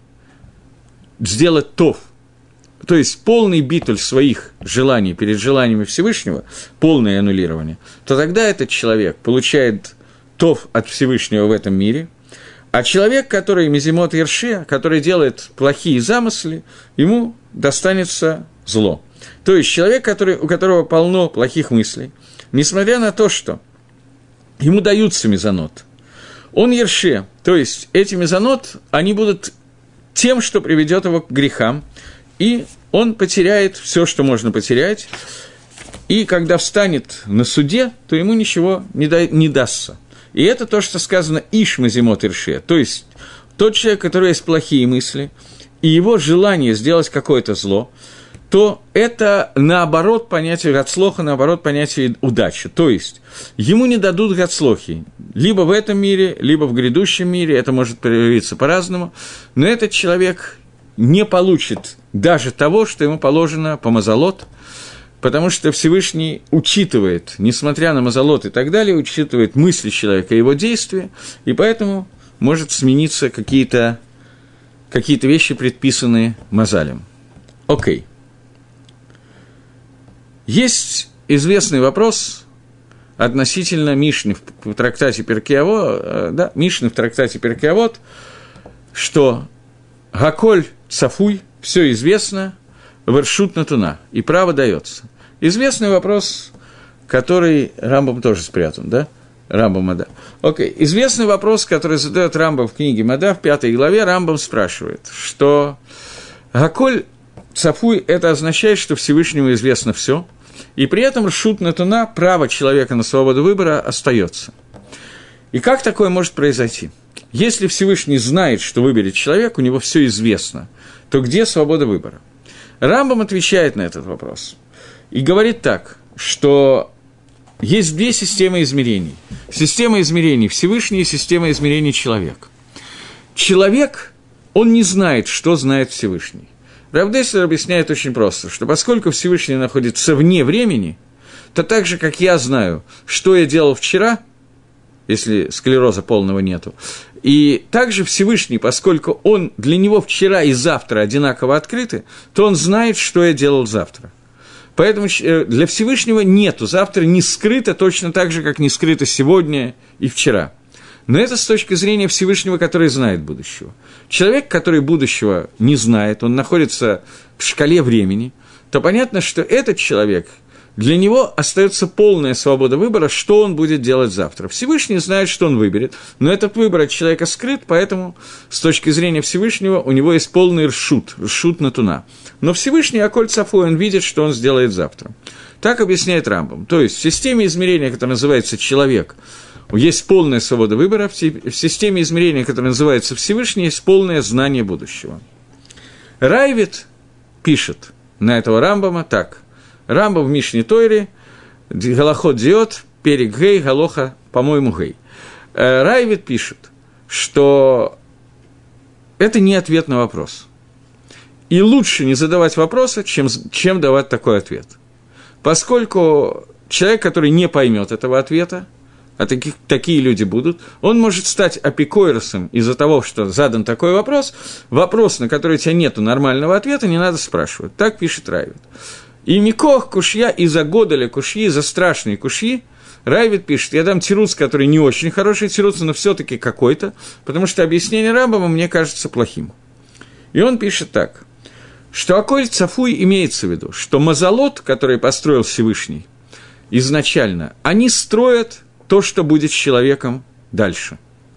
сделать тов, то есть полный битуль своих желаний перед желаниями Всевышнего, полное аннулирование, то тогда этот человек получает тов от Всевышнего в этом мире, а человек, который мизимот ерши, который делает плохие замыслы, ему достанется зло. То есть человек, у которого полно плохих мыслей, несмотря на то, что ему даются мизанот, он ерши, то есть эти мизанот, они будут тем, что приведет его к грехам, и он потеряет все, что можно потерять, и когда встанет на суде, то ему ничего не дастся. И это то, что сказано «иш мазимот ирше», то есть тот человек, у которого есть плохие мысли, и его желание сделать какое-то зло, то это наоборот понятие гацлоха, наоборот понятие удачи. То есть ему не дадут гацлохи либо в этом мире, либо в грядущем мире, это может проявиться по-разному, но этот человек не получит даже того, что ему положено по мазалот, потому что Всевышний учитывает, несмотря на мазалот и так далее, учитывает мысли человека и его действия, и поэтому может смениться какие-то вещи, предписанные мазалем. Окей. Есть известный вопрос относительно Мишны в трактате Перкей Авот, Мишны в трактате Перкей Авот, что Гаколь Цафуй, все известно, вершут натуна, и право дается. Известный вопрос, который Рамбам тоже спрятан, да? Рамбам Мада. Окей. Известный вопрос, который задает Рамбам в книге Мада, в 5 главе, Рамбам спрашивает, что Гаколь Цафуй, это означает, что Всевышнему известно все, и при этом ршут натуна, право человека на свободу выбора остается. И как такое может произойти? Если Всевышний знает, что выберет человек, у него все известно, то где свобода выбора? Рамбам отвечает на этот вопрос и говорит так, что есть две системы измерений. Система измерений Всевышний и система измерений человек. Человек, он не знает, что знает Всевышний. Рав Деслер объясняет очень просто, что поскольку Всевышний находится вне времени, то так же, как я знаю, что я делал вчера, если склероза полного нету, и также Всевышний, поскольку он для него вчера и завтра одинаково открыты, то он знает, что я делал завтра. Поэтому для Всевышнего нету завтра не скрыто точно так же, как не скрыто сегодня и вчера. Но это с точки зрения Всевышнего, который знает будущего. Человек, который будущего не знает, он находится в шкале времени, то понятно, что этот человек, для него остается полная свобода выбора, что он будет делать завтра. Всевышний знает, что он выберет, но этот выбор от человека скрыт, поэтому с точки зрения Всевышнего у него есть полный ршут натуна. Но Всевышний Аколь Цафуй, он видит, что он сделает завтра. Так объясняет Рамбам. То есть в системе измерения, которая называется человек, есть полная свобода выбора, в системе измерения, которая называется Всевышний, есть полное знание будущего. Райвит пишет на этого Рамбама так. Рамбам в Мишне Тойре Галахот диот, перек гей, галоха, по-моему, гей. Райвид пишет, что это не ответ на вопрос. И лучше не задавать вопросы, чем давать такой ответ. Поскольку человек, который не поймет этого ответа, а такие люди будут, он может стать апикойросом из-за того, что задан такой вопрос, на который у тебя нет нормального ответа, не надо спрашивать. Так пишет Райвид. И Микох кушья из-за Годаля кушьи, из-за страшной кушьи, Райвид пишет, я дам тируц, который не очень хороший тируц, но все-таки какой-то, потому что объяснение Рамбама мне кажется плохим. И он пишет так, что Аколь Цафуй имеется в виду, что мазалот, который построил Всевышний изначально, они строят то, что будет с человеком дальше.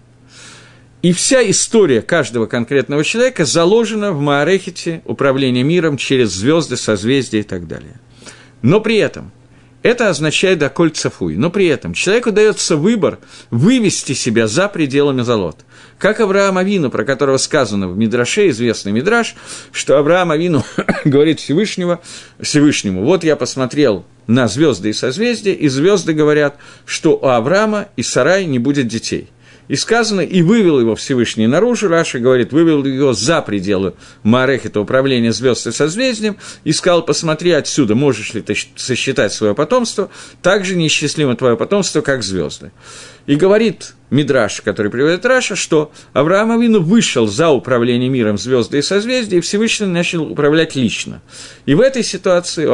И вся история каждого конкретного человека заложена в Маарехете управления миром через звезды, созвездия и так далее. Но при этом это означает Аколь Цафуй. Но при этом человеку дается выбор вывести себя за пределы мазалот. Как Авраам Авину, про которого сказано в Мидраше, известный Мидраш, что Авраам Авину говорит Всевышнему, вот я посмотрел на звезды и созвездия, и звезды говорят, что у Авраама и Сарай не будет детей. И сказано, и вывел его Всевышний наружу, Раши говорит, вывел его за пределы Маарехета управления звезд и созвездием, и сказал, посмотри отсюда, можешь ли ты сосчитать свое потомство, так же неисчислимо твое потомство, как звезды. И говорит Мидраш, который приводит Раша, что Авраам Авину вышел за управление миром звезды и созвездий, и Всевышний начал управлять лично. И в этой ситуации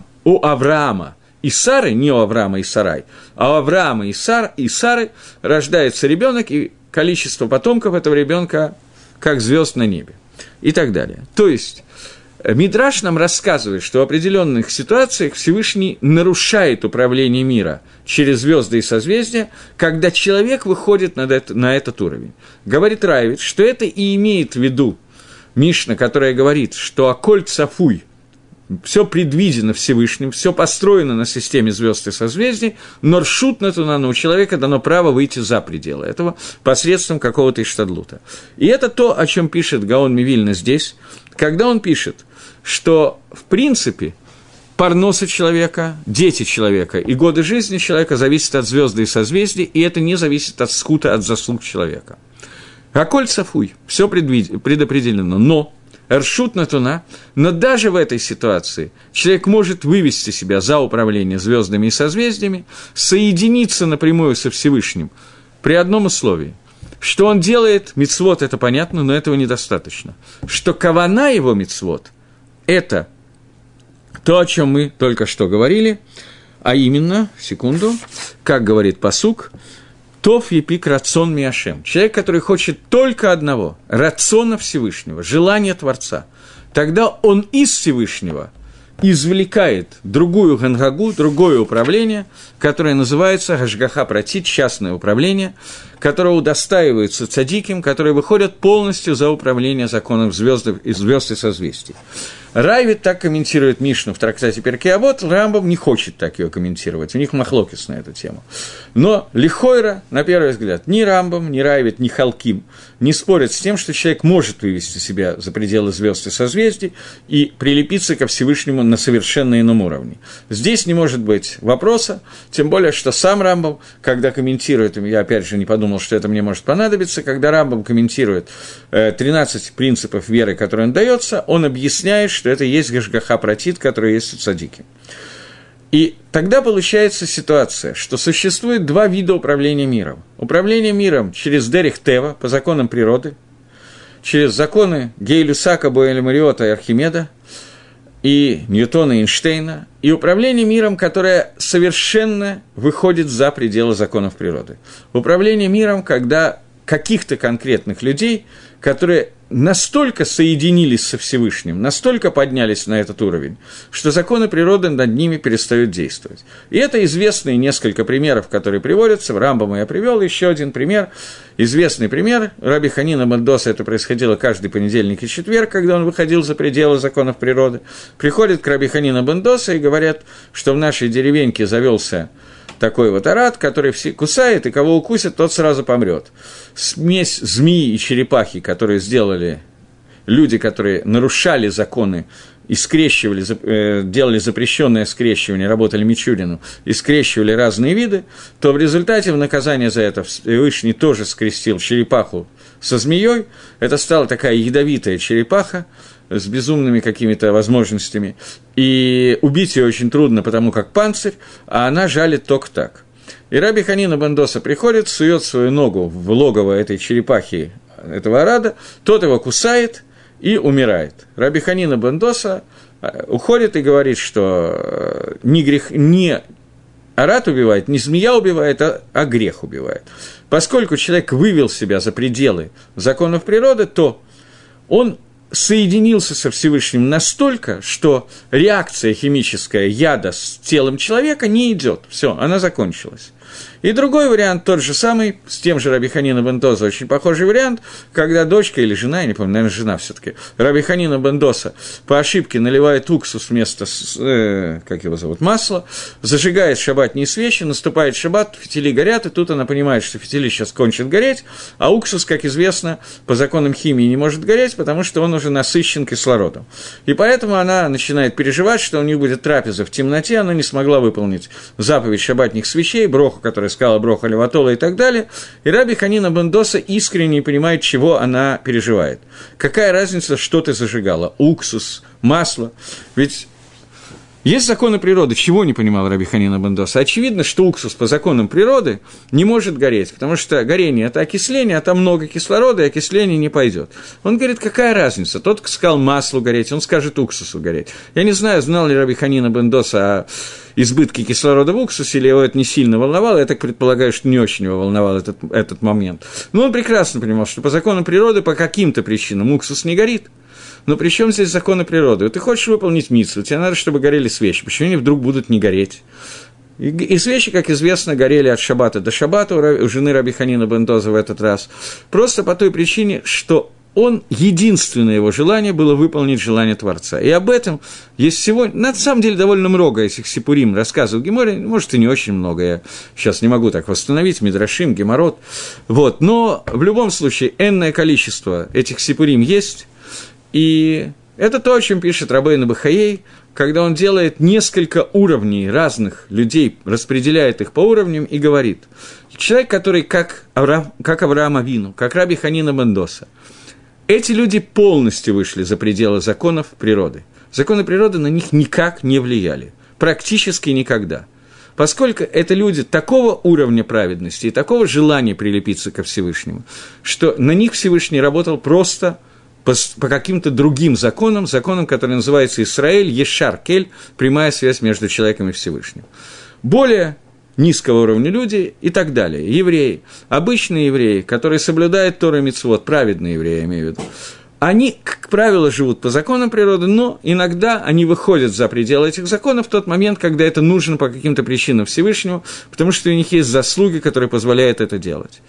у Авраама и Сары, не у Авраама и Сарай, а у Авраама и Сары рождается ребенок, и количество потомков этого ребенка как звезд на небе. И так далее. То есть Мидраш нам рассказывает, что в определенных ситуациях Всевышний нарушает управление мира через звезды и созвездия, когда человек выходит на этот уровень. Говорит Райвид, что это и имеет в виду Мишна, которая говорит, что Аколь Цафуй, все предвидено Всевышним, все построено на системе звезд и созвездий, но ршут натунана, у человека дано право выйти за пределы этого посредством какого-то иштадлута. И это то, о чем пишет Гаон Мивильна здесь, когда он пишет, что, в принципе, парноса человека, дети человека и годы жизни человека зависят от звезды и созвездий, и это не зависит от скута, от заслуг человека. Аколь Цафуй, все предопределено, но Ршут натуна, но даже в этой ситуации человек может вывести себя за управление звездами и созвездиями, соединиться напрямую со Всевышним при одном условии. Что он делает мицвот, это понятно, но этого недостаточно. Что кавана его мицвот – это то, о чем мы только что говорили, а именно, секунду, как говорит пасук, «Тов епик рацион миашем». Человек, который хочет только одного – рациона Всевышнего, желания Творца. Тогда он из Всевышнего извлекает другую гангагу, другое управление, которое называется гашгаха пратит, частное управление, которое удостаивается цадиким, которые выходят полностью за управление законов звезд и созвездий. Райвид так комментирует Мишну в трактате Перкей Авот, Рамбам не хочет так ее комментировать, у них махлокис на эту тему. Но лихойра, на первый взгляд, ни Рамбам, ни Райвид, ни Халким не спорят с тем, что человек может вывести себя за пределы звезд и созвездий и прилепиться ко Всевышнему на совершенно ином уровне. Здесь не может быть вопроса, тем более, что сам Рамбам, когда комментирует, я опять же не подумал, что это мне может понадобиться, когда Рамбам комментирует 13 принципов веры, которые он дается, он объясняет, что это есть гашгаха пратит, которая есть у цадики. И тогда получается ситуация, что существует два вида управления миром. Управление миром через Дерих Тева, по законам природы, через законы Гей-Люсака, Боэля-Мариота и Архимеда, и Ньютона и Эйнштейна, и управление миром, которое совершенно выходит за пределы законов природы. Управление миром, когда каких-то конкретных людей, которые настолько соединились со Всевышним, настолько поднялись на этот уровень, что законы природы над ними перестают действовать. И это известные несколько примеров, которые приводятся. В Рамбаме я привел еще один пример. Известный пример. Раби Ханина бен Доса, это происходило каждый понедельник и четверг, когда он выходил за пределы законов природы. Приходит к Раби Ханина бен Доса и говорят, что в нашей деревеньке завелся такой вот арат, который все кусает, и кого укусит, тот сразу помрет. Смесь змеи и черепахи, которые сделали люди, которые нарушали законы и скрещивали, делали запрещенное скрещивание, работали Мичурину, и скрещивали разные виды, то в результате в наказание за это Всевышний тоже скрестил черепаху со змеей. Это стала такая ядовитая черепаха с безумными какими-то возможностями. И убить ее очень трудно, потому как панцирь, а она жалит только так. И Раби Ханина бен Доса приходит, сует свою ногу в логово этой черепахи, этого арада, тот его кусает и умирает. Раби Ханина бен Доса уходит и говорит, что не арад убивает, не змея убивает, а грех убивает. Поскольку человек вывел себя за пределы законов природы, то он соединился со Всевышним настолько, что реакция химическая яда с телом человека не идет. Все, она закончилась. И другой вариант, тот же самый, с тем же Раби Ханина бен Доса, очень похожий вариант, когда дочка или жена, я не помню, наверное, жена все-таки, Раби Ханина бен Доса по ошибке наливает уксус вместо, как его зовут, масла, зажигает шаббатные свечи, наступает шаббат, фитили горят, и тут она понимает, что фитили сейчас кончат гореть, а уксус, как известно, по законам химии не может гореть, потому что он уже насыщен кислородом. И поэтому она начинает переживать, что у них будет трапеза в темноте, она не смогла выполнить заповедь шаббатных свечей, броху, которая сказала броха леватола и так далее, и Раби Ханина бен Доса искренне не понимает, чего она переживает. Какая разница, что ты зажигала? Уксус, масло? Ведь есть законы природы, чего не понимал Раби Ханина бен Доса? Очевидно, что уксус по законам природы не может гореть, потому что горение – это окисление, а там много кислорода, и окисление не пойдет. Он говорит, какая разница? Тот сказал маслу гореть, он скажет уксусу гореть. Я не знаю, знал ли Раби Ханина бен Доса о избытке кислорода в уксусе, или его это не сильно волновало, я так предполагаю, что не очень его волновал этот момент. Но он прекрасно понимал, что по законам природы, по каким-то причинам уксус не горит. Но при чем здесь законы природы? Вот ты хочешь выполнить мицву, тебе надо, чтобы горели свечи. Почему они вдруг будут не гореть? И свечи, как известно, горели от шаббата до шаббата у жены Раби Ханина бен Доса в этот раз. Просто по той причине, что единственное его желание было выполнить желание Творца. И об этом есть всего, на самом деле, довольно много этих сипурим рассказов в Геморе, может, и не очень много, я сейчас не могу так восстановить, Мидрашим, Геморот, вот, но в любом случае, энное количество этих сипурим есть, и это то, о чем пишет Рабейну Бахаей, когда он делает несколько уровней разных людей, распределяет их по уровням и говорит, человек, который как Авраам Авину, как Раби Ханина бен Доса, эти люди полностью вышли за пределы законов природы. Законы природы на них никак не влияли. Практически никогда. Поскольку это люди такого уровня праведности и такого желания прилепиться ко Всевышнему, что на них Всевышний работал просто по каким-то другим законам, который называется Исраэль, Ешар Кель, прямая связь между человеком и Всевышним. Более низкого уровня люди и так далее. Евреи, обычные евреи, которые соблюдают Тору и мицвот, праведные евреи, я имею в виду, они, как правило, живут по законам природы, но иногда они выходят за пределы этих законов в тот момент, когда это нужно по каким-то причинам Всевышнему, потому что у них есть заслуги, которые позволяют это делать.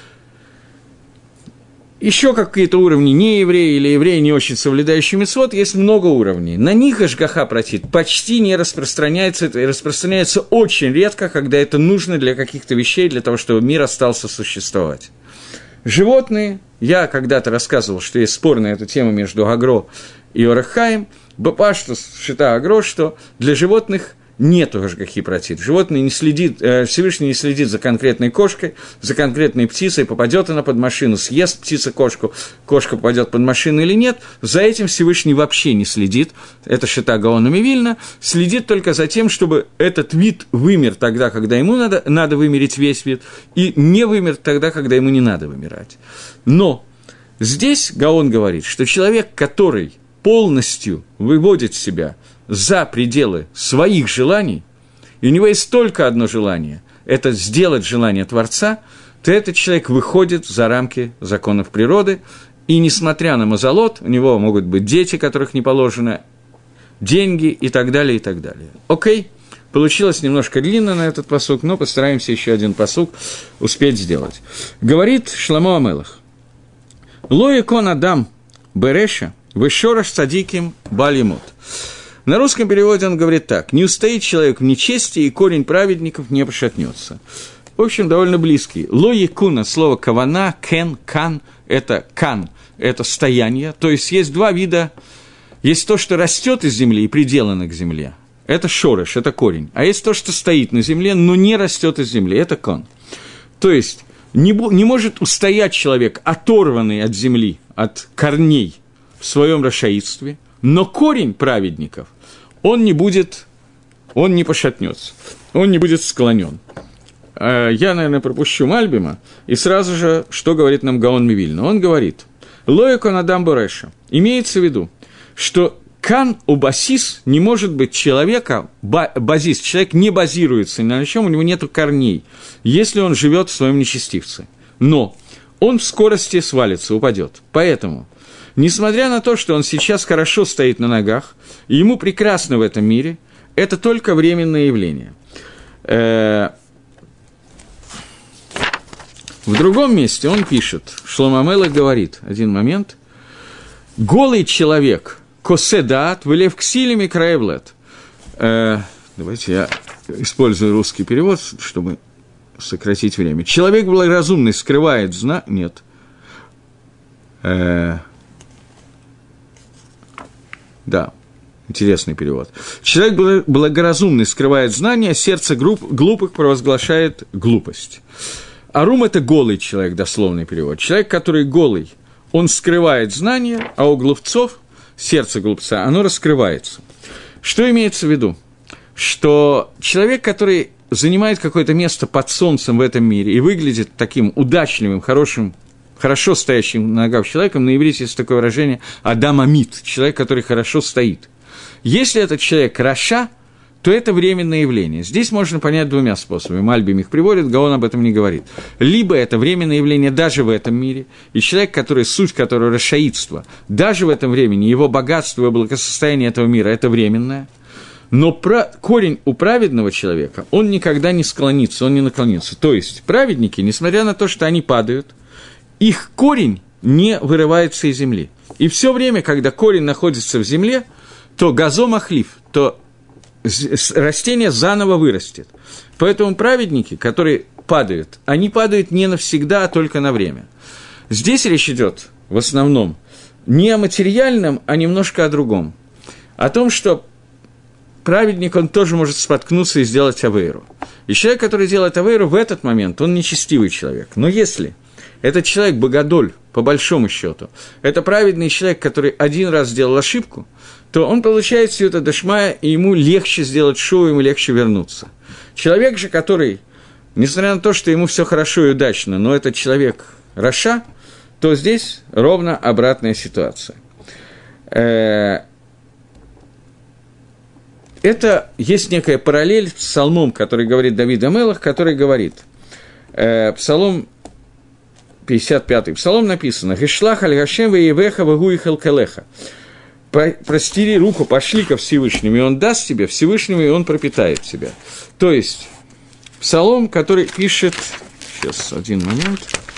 Еще какие-то уровни неевреи или евреи, не очень соблюдающие мицвот, есть много уровней. На них ашгаха пратит почти не распространяется, и распространяется очень редко, когда это нужно для каких-то вещей, для того, чтобы мир остался существовать. Животные, я когда-то рассказывал, что есть спор на эту тему между Агро и Орах Хаим, Бапаштус, Шита Агро, что для животных нету ашгахи пратит. Животное не следит, Всевышний не следит за конкретной кошкой, за конкретной птицей, попадет она под машину, съест птица кошку, кошка попадет под машину или нет. За этим Всевышний вообще не следит. Это Шита Гаона Мивильна. Следит только за тем, чтобы этот вид вымер тогда, когда ему надо вымереть весь вид, и не вымер тогда, когда ему не надо вымирать. Но здесь Гаон говорит, что человек, который полностью выводит себя за пределы своих желаний, и у него есть только одно желание – это сделать желание Творца, то этот человек выходит за рамки законов природы, и несмотря на мазалот, у него могут быть дети, которых не положено, деньги и так далее, и так далее. Окей, получилось немножко длинно на этот пасук, но постараемся еще один пасук успеть сделать. Говорит Шломо Амелах: «Ло якон адам береша, вешораш цадиким балимут». На русском переводе он говорит так: «Не устоит человек в нечестии, и корень праведников не пошатнется». В общем, довольно близкий. «Ло якуна» – слово «кавана», «кен», «кан» – это «кан», это «стояние». То есть, есть два вида Есть то, что растет из земли и приделано к земле. Это шореш, это корень. А есть то, что стоит на земле, но не растет из земли. Это кон. То есть не может устоять человек, оторванный от земли, от корней в своем рашаидстве, но корень праведников, он не пошатнется, он не будет склонен. Я, наверное, пропущу Мальбима, и сразу же, что говорит нам Гаон Мивильна? Он говорит, «Лоэко надам Бореша». Имеется в виду, что кан у басис не может быть человека, базис, человек не базируется ни на чем, у него нет корней, если он живет в своем нечестивце. Но он в скорости свалится, упадет. Поэтому, несмотря на то, что он сейчас хорошо стоит на ногах, и ему прекрасно в этом мире, это только временное явление. В другом месте он пишет, Шломо Амелех говорит, один момент, «Голый человек, коседат, вылев ксилими краевлет». Давайте я использую русский перевод, чтобы сократить время. «Человек благоразумный скрывает Нет. Да, интересный перевод. «Человек благоразумный скрывает знания, сердце глупых провозглашает глупость». Арум – это голый человек, дословный перевод. Человек, который голый, он скрывает знания, а у глупцов, сердце глупца, оно раскрывается. Что имеется в виду? Что человек, который занимает какое-то место под солнцем в этом мире и выглядит таким удачливым, хорошим, хорошо стоящим на ногах человеком, на иврите есть такое выражение «адам амит», человек, который хорошо стоит. Если этот человек раша, то это временное явление. Здесь можно понять двумя способами. Мальбим их приводит, Гаон об этом не говорит. Либо это временное явление даже в этом мире, и человек, который, суть которого рашаидство, даже в этом времени, его богатство и благосостояние этого мира – это временное, но корень у праведного человека, он никогда не склонится, он не наклонится. То есть праведники, несмотря на то, что они падают, их корень не вырывается из земли. И все время, когда корень находится в земле, то газом ахлиф, то растение заново вырастет. Поэтому праведники, которые падают, они падают не навсегда, а только на время. Здесь речь идет в основном не о материальном, а немножко о другом. О том, что праведник, он тоже может споткнуться и сделать авейру. И человек, который делает авейру, в этот момент, он нечестивый человек. Но если этот человек богодоль, по большому счету, это праведный человек, который один раз сделал ошибку, то он получает сиюта дешмая, и ему легче сделать шоу, ему легче вернуться. Человек же, который, несмотря на то, что ему все хорошо и удачно, но этот человек раша, то здесь ровно обратная ситуация. Это есть некая параллель с псалмом, который говорит Давид а-Мелех, который говорит, псалом 55-й, псалом написано «Гишлах аль-Гашем веевеха вагу их аль-калеха». Простери руку, пошли ко Всевышнему, и он даст тебе Всевышнему, и он пропитает тебя. То есть, псалом, который пишет... Сейчас, один момент.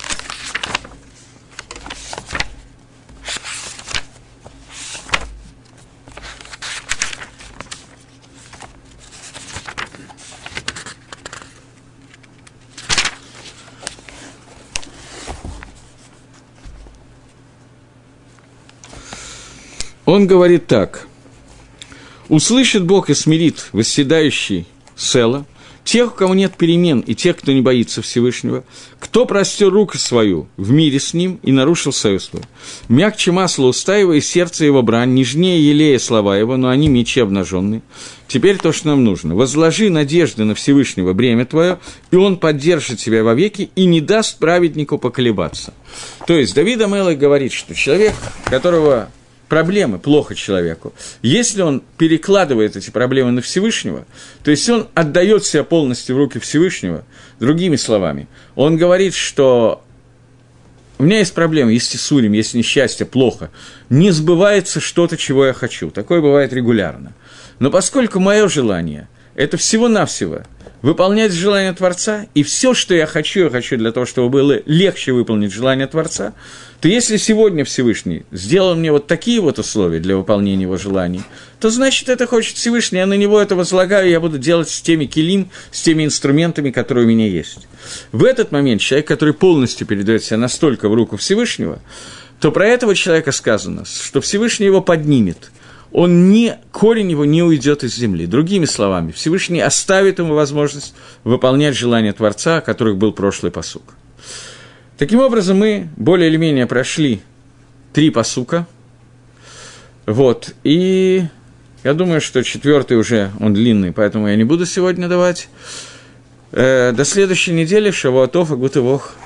Он говорит так: «Услышит Бог и смирит восседающий Села, тех, у кого нет перемен, и тех, кто не боится Всевышнего, кто простер руку свою в мире с ним и нарушил союз свой. Мягче масла уста его и сердце его брань, нежнее елея слова его, но они мечи обнаженные. Теперь то, что нам нужно. Возложи надежды на Всевышнего бремя твое, и он поддержит тебя вовеки и не даст праведнику поколебаться». То есть Давид а-Мелех говорит, что человек, которого... проблемы, плохо человеку. Если он перекладывает эти проблемы на Всевышнего, то есть он отдает себя полностью в руки Всевышнего, другими словами, он говорит, что у меня есть проблемы, есть иссурим, есть несчастье, плохо, не сбывается что-то, чего я хочу. Такое бывает регулярно. Но поскольку мое желание – это всего-навсего выполнять желание Творца, и все, что я хочу для того, чтобы было легче выполнить желание Творца, то если сегодня Всевышний сделал мне вот такие вот условия для выполнения его желаний, то значит, это хочет Всевышний, я на него это возлагаю, я буду делать с теми килим, с теми инструментами, которые у меня есть. В этот момент человек, который полностью передает себя настолько в руку Всевышнего, то про этого человека сказано, что Всевышний его поднимет, корень его не уйдет из земли. Другими словами, Всевышний оставит ему возможность выполнять желания Творца, о которых был прошлый пасук. Таким образом, мы более или менее прошли 3 пасука. Вот, и я думаю, что 4-й уже, он длинный, поэтому я не буду сегодня давать. До следующей недели. Шавуа Тов и Гут и Вох.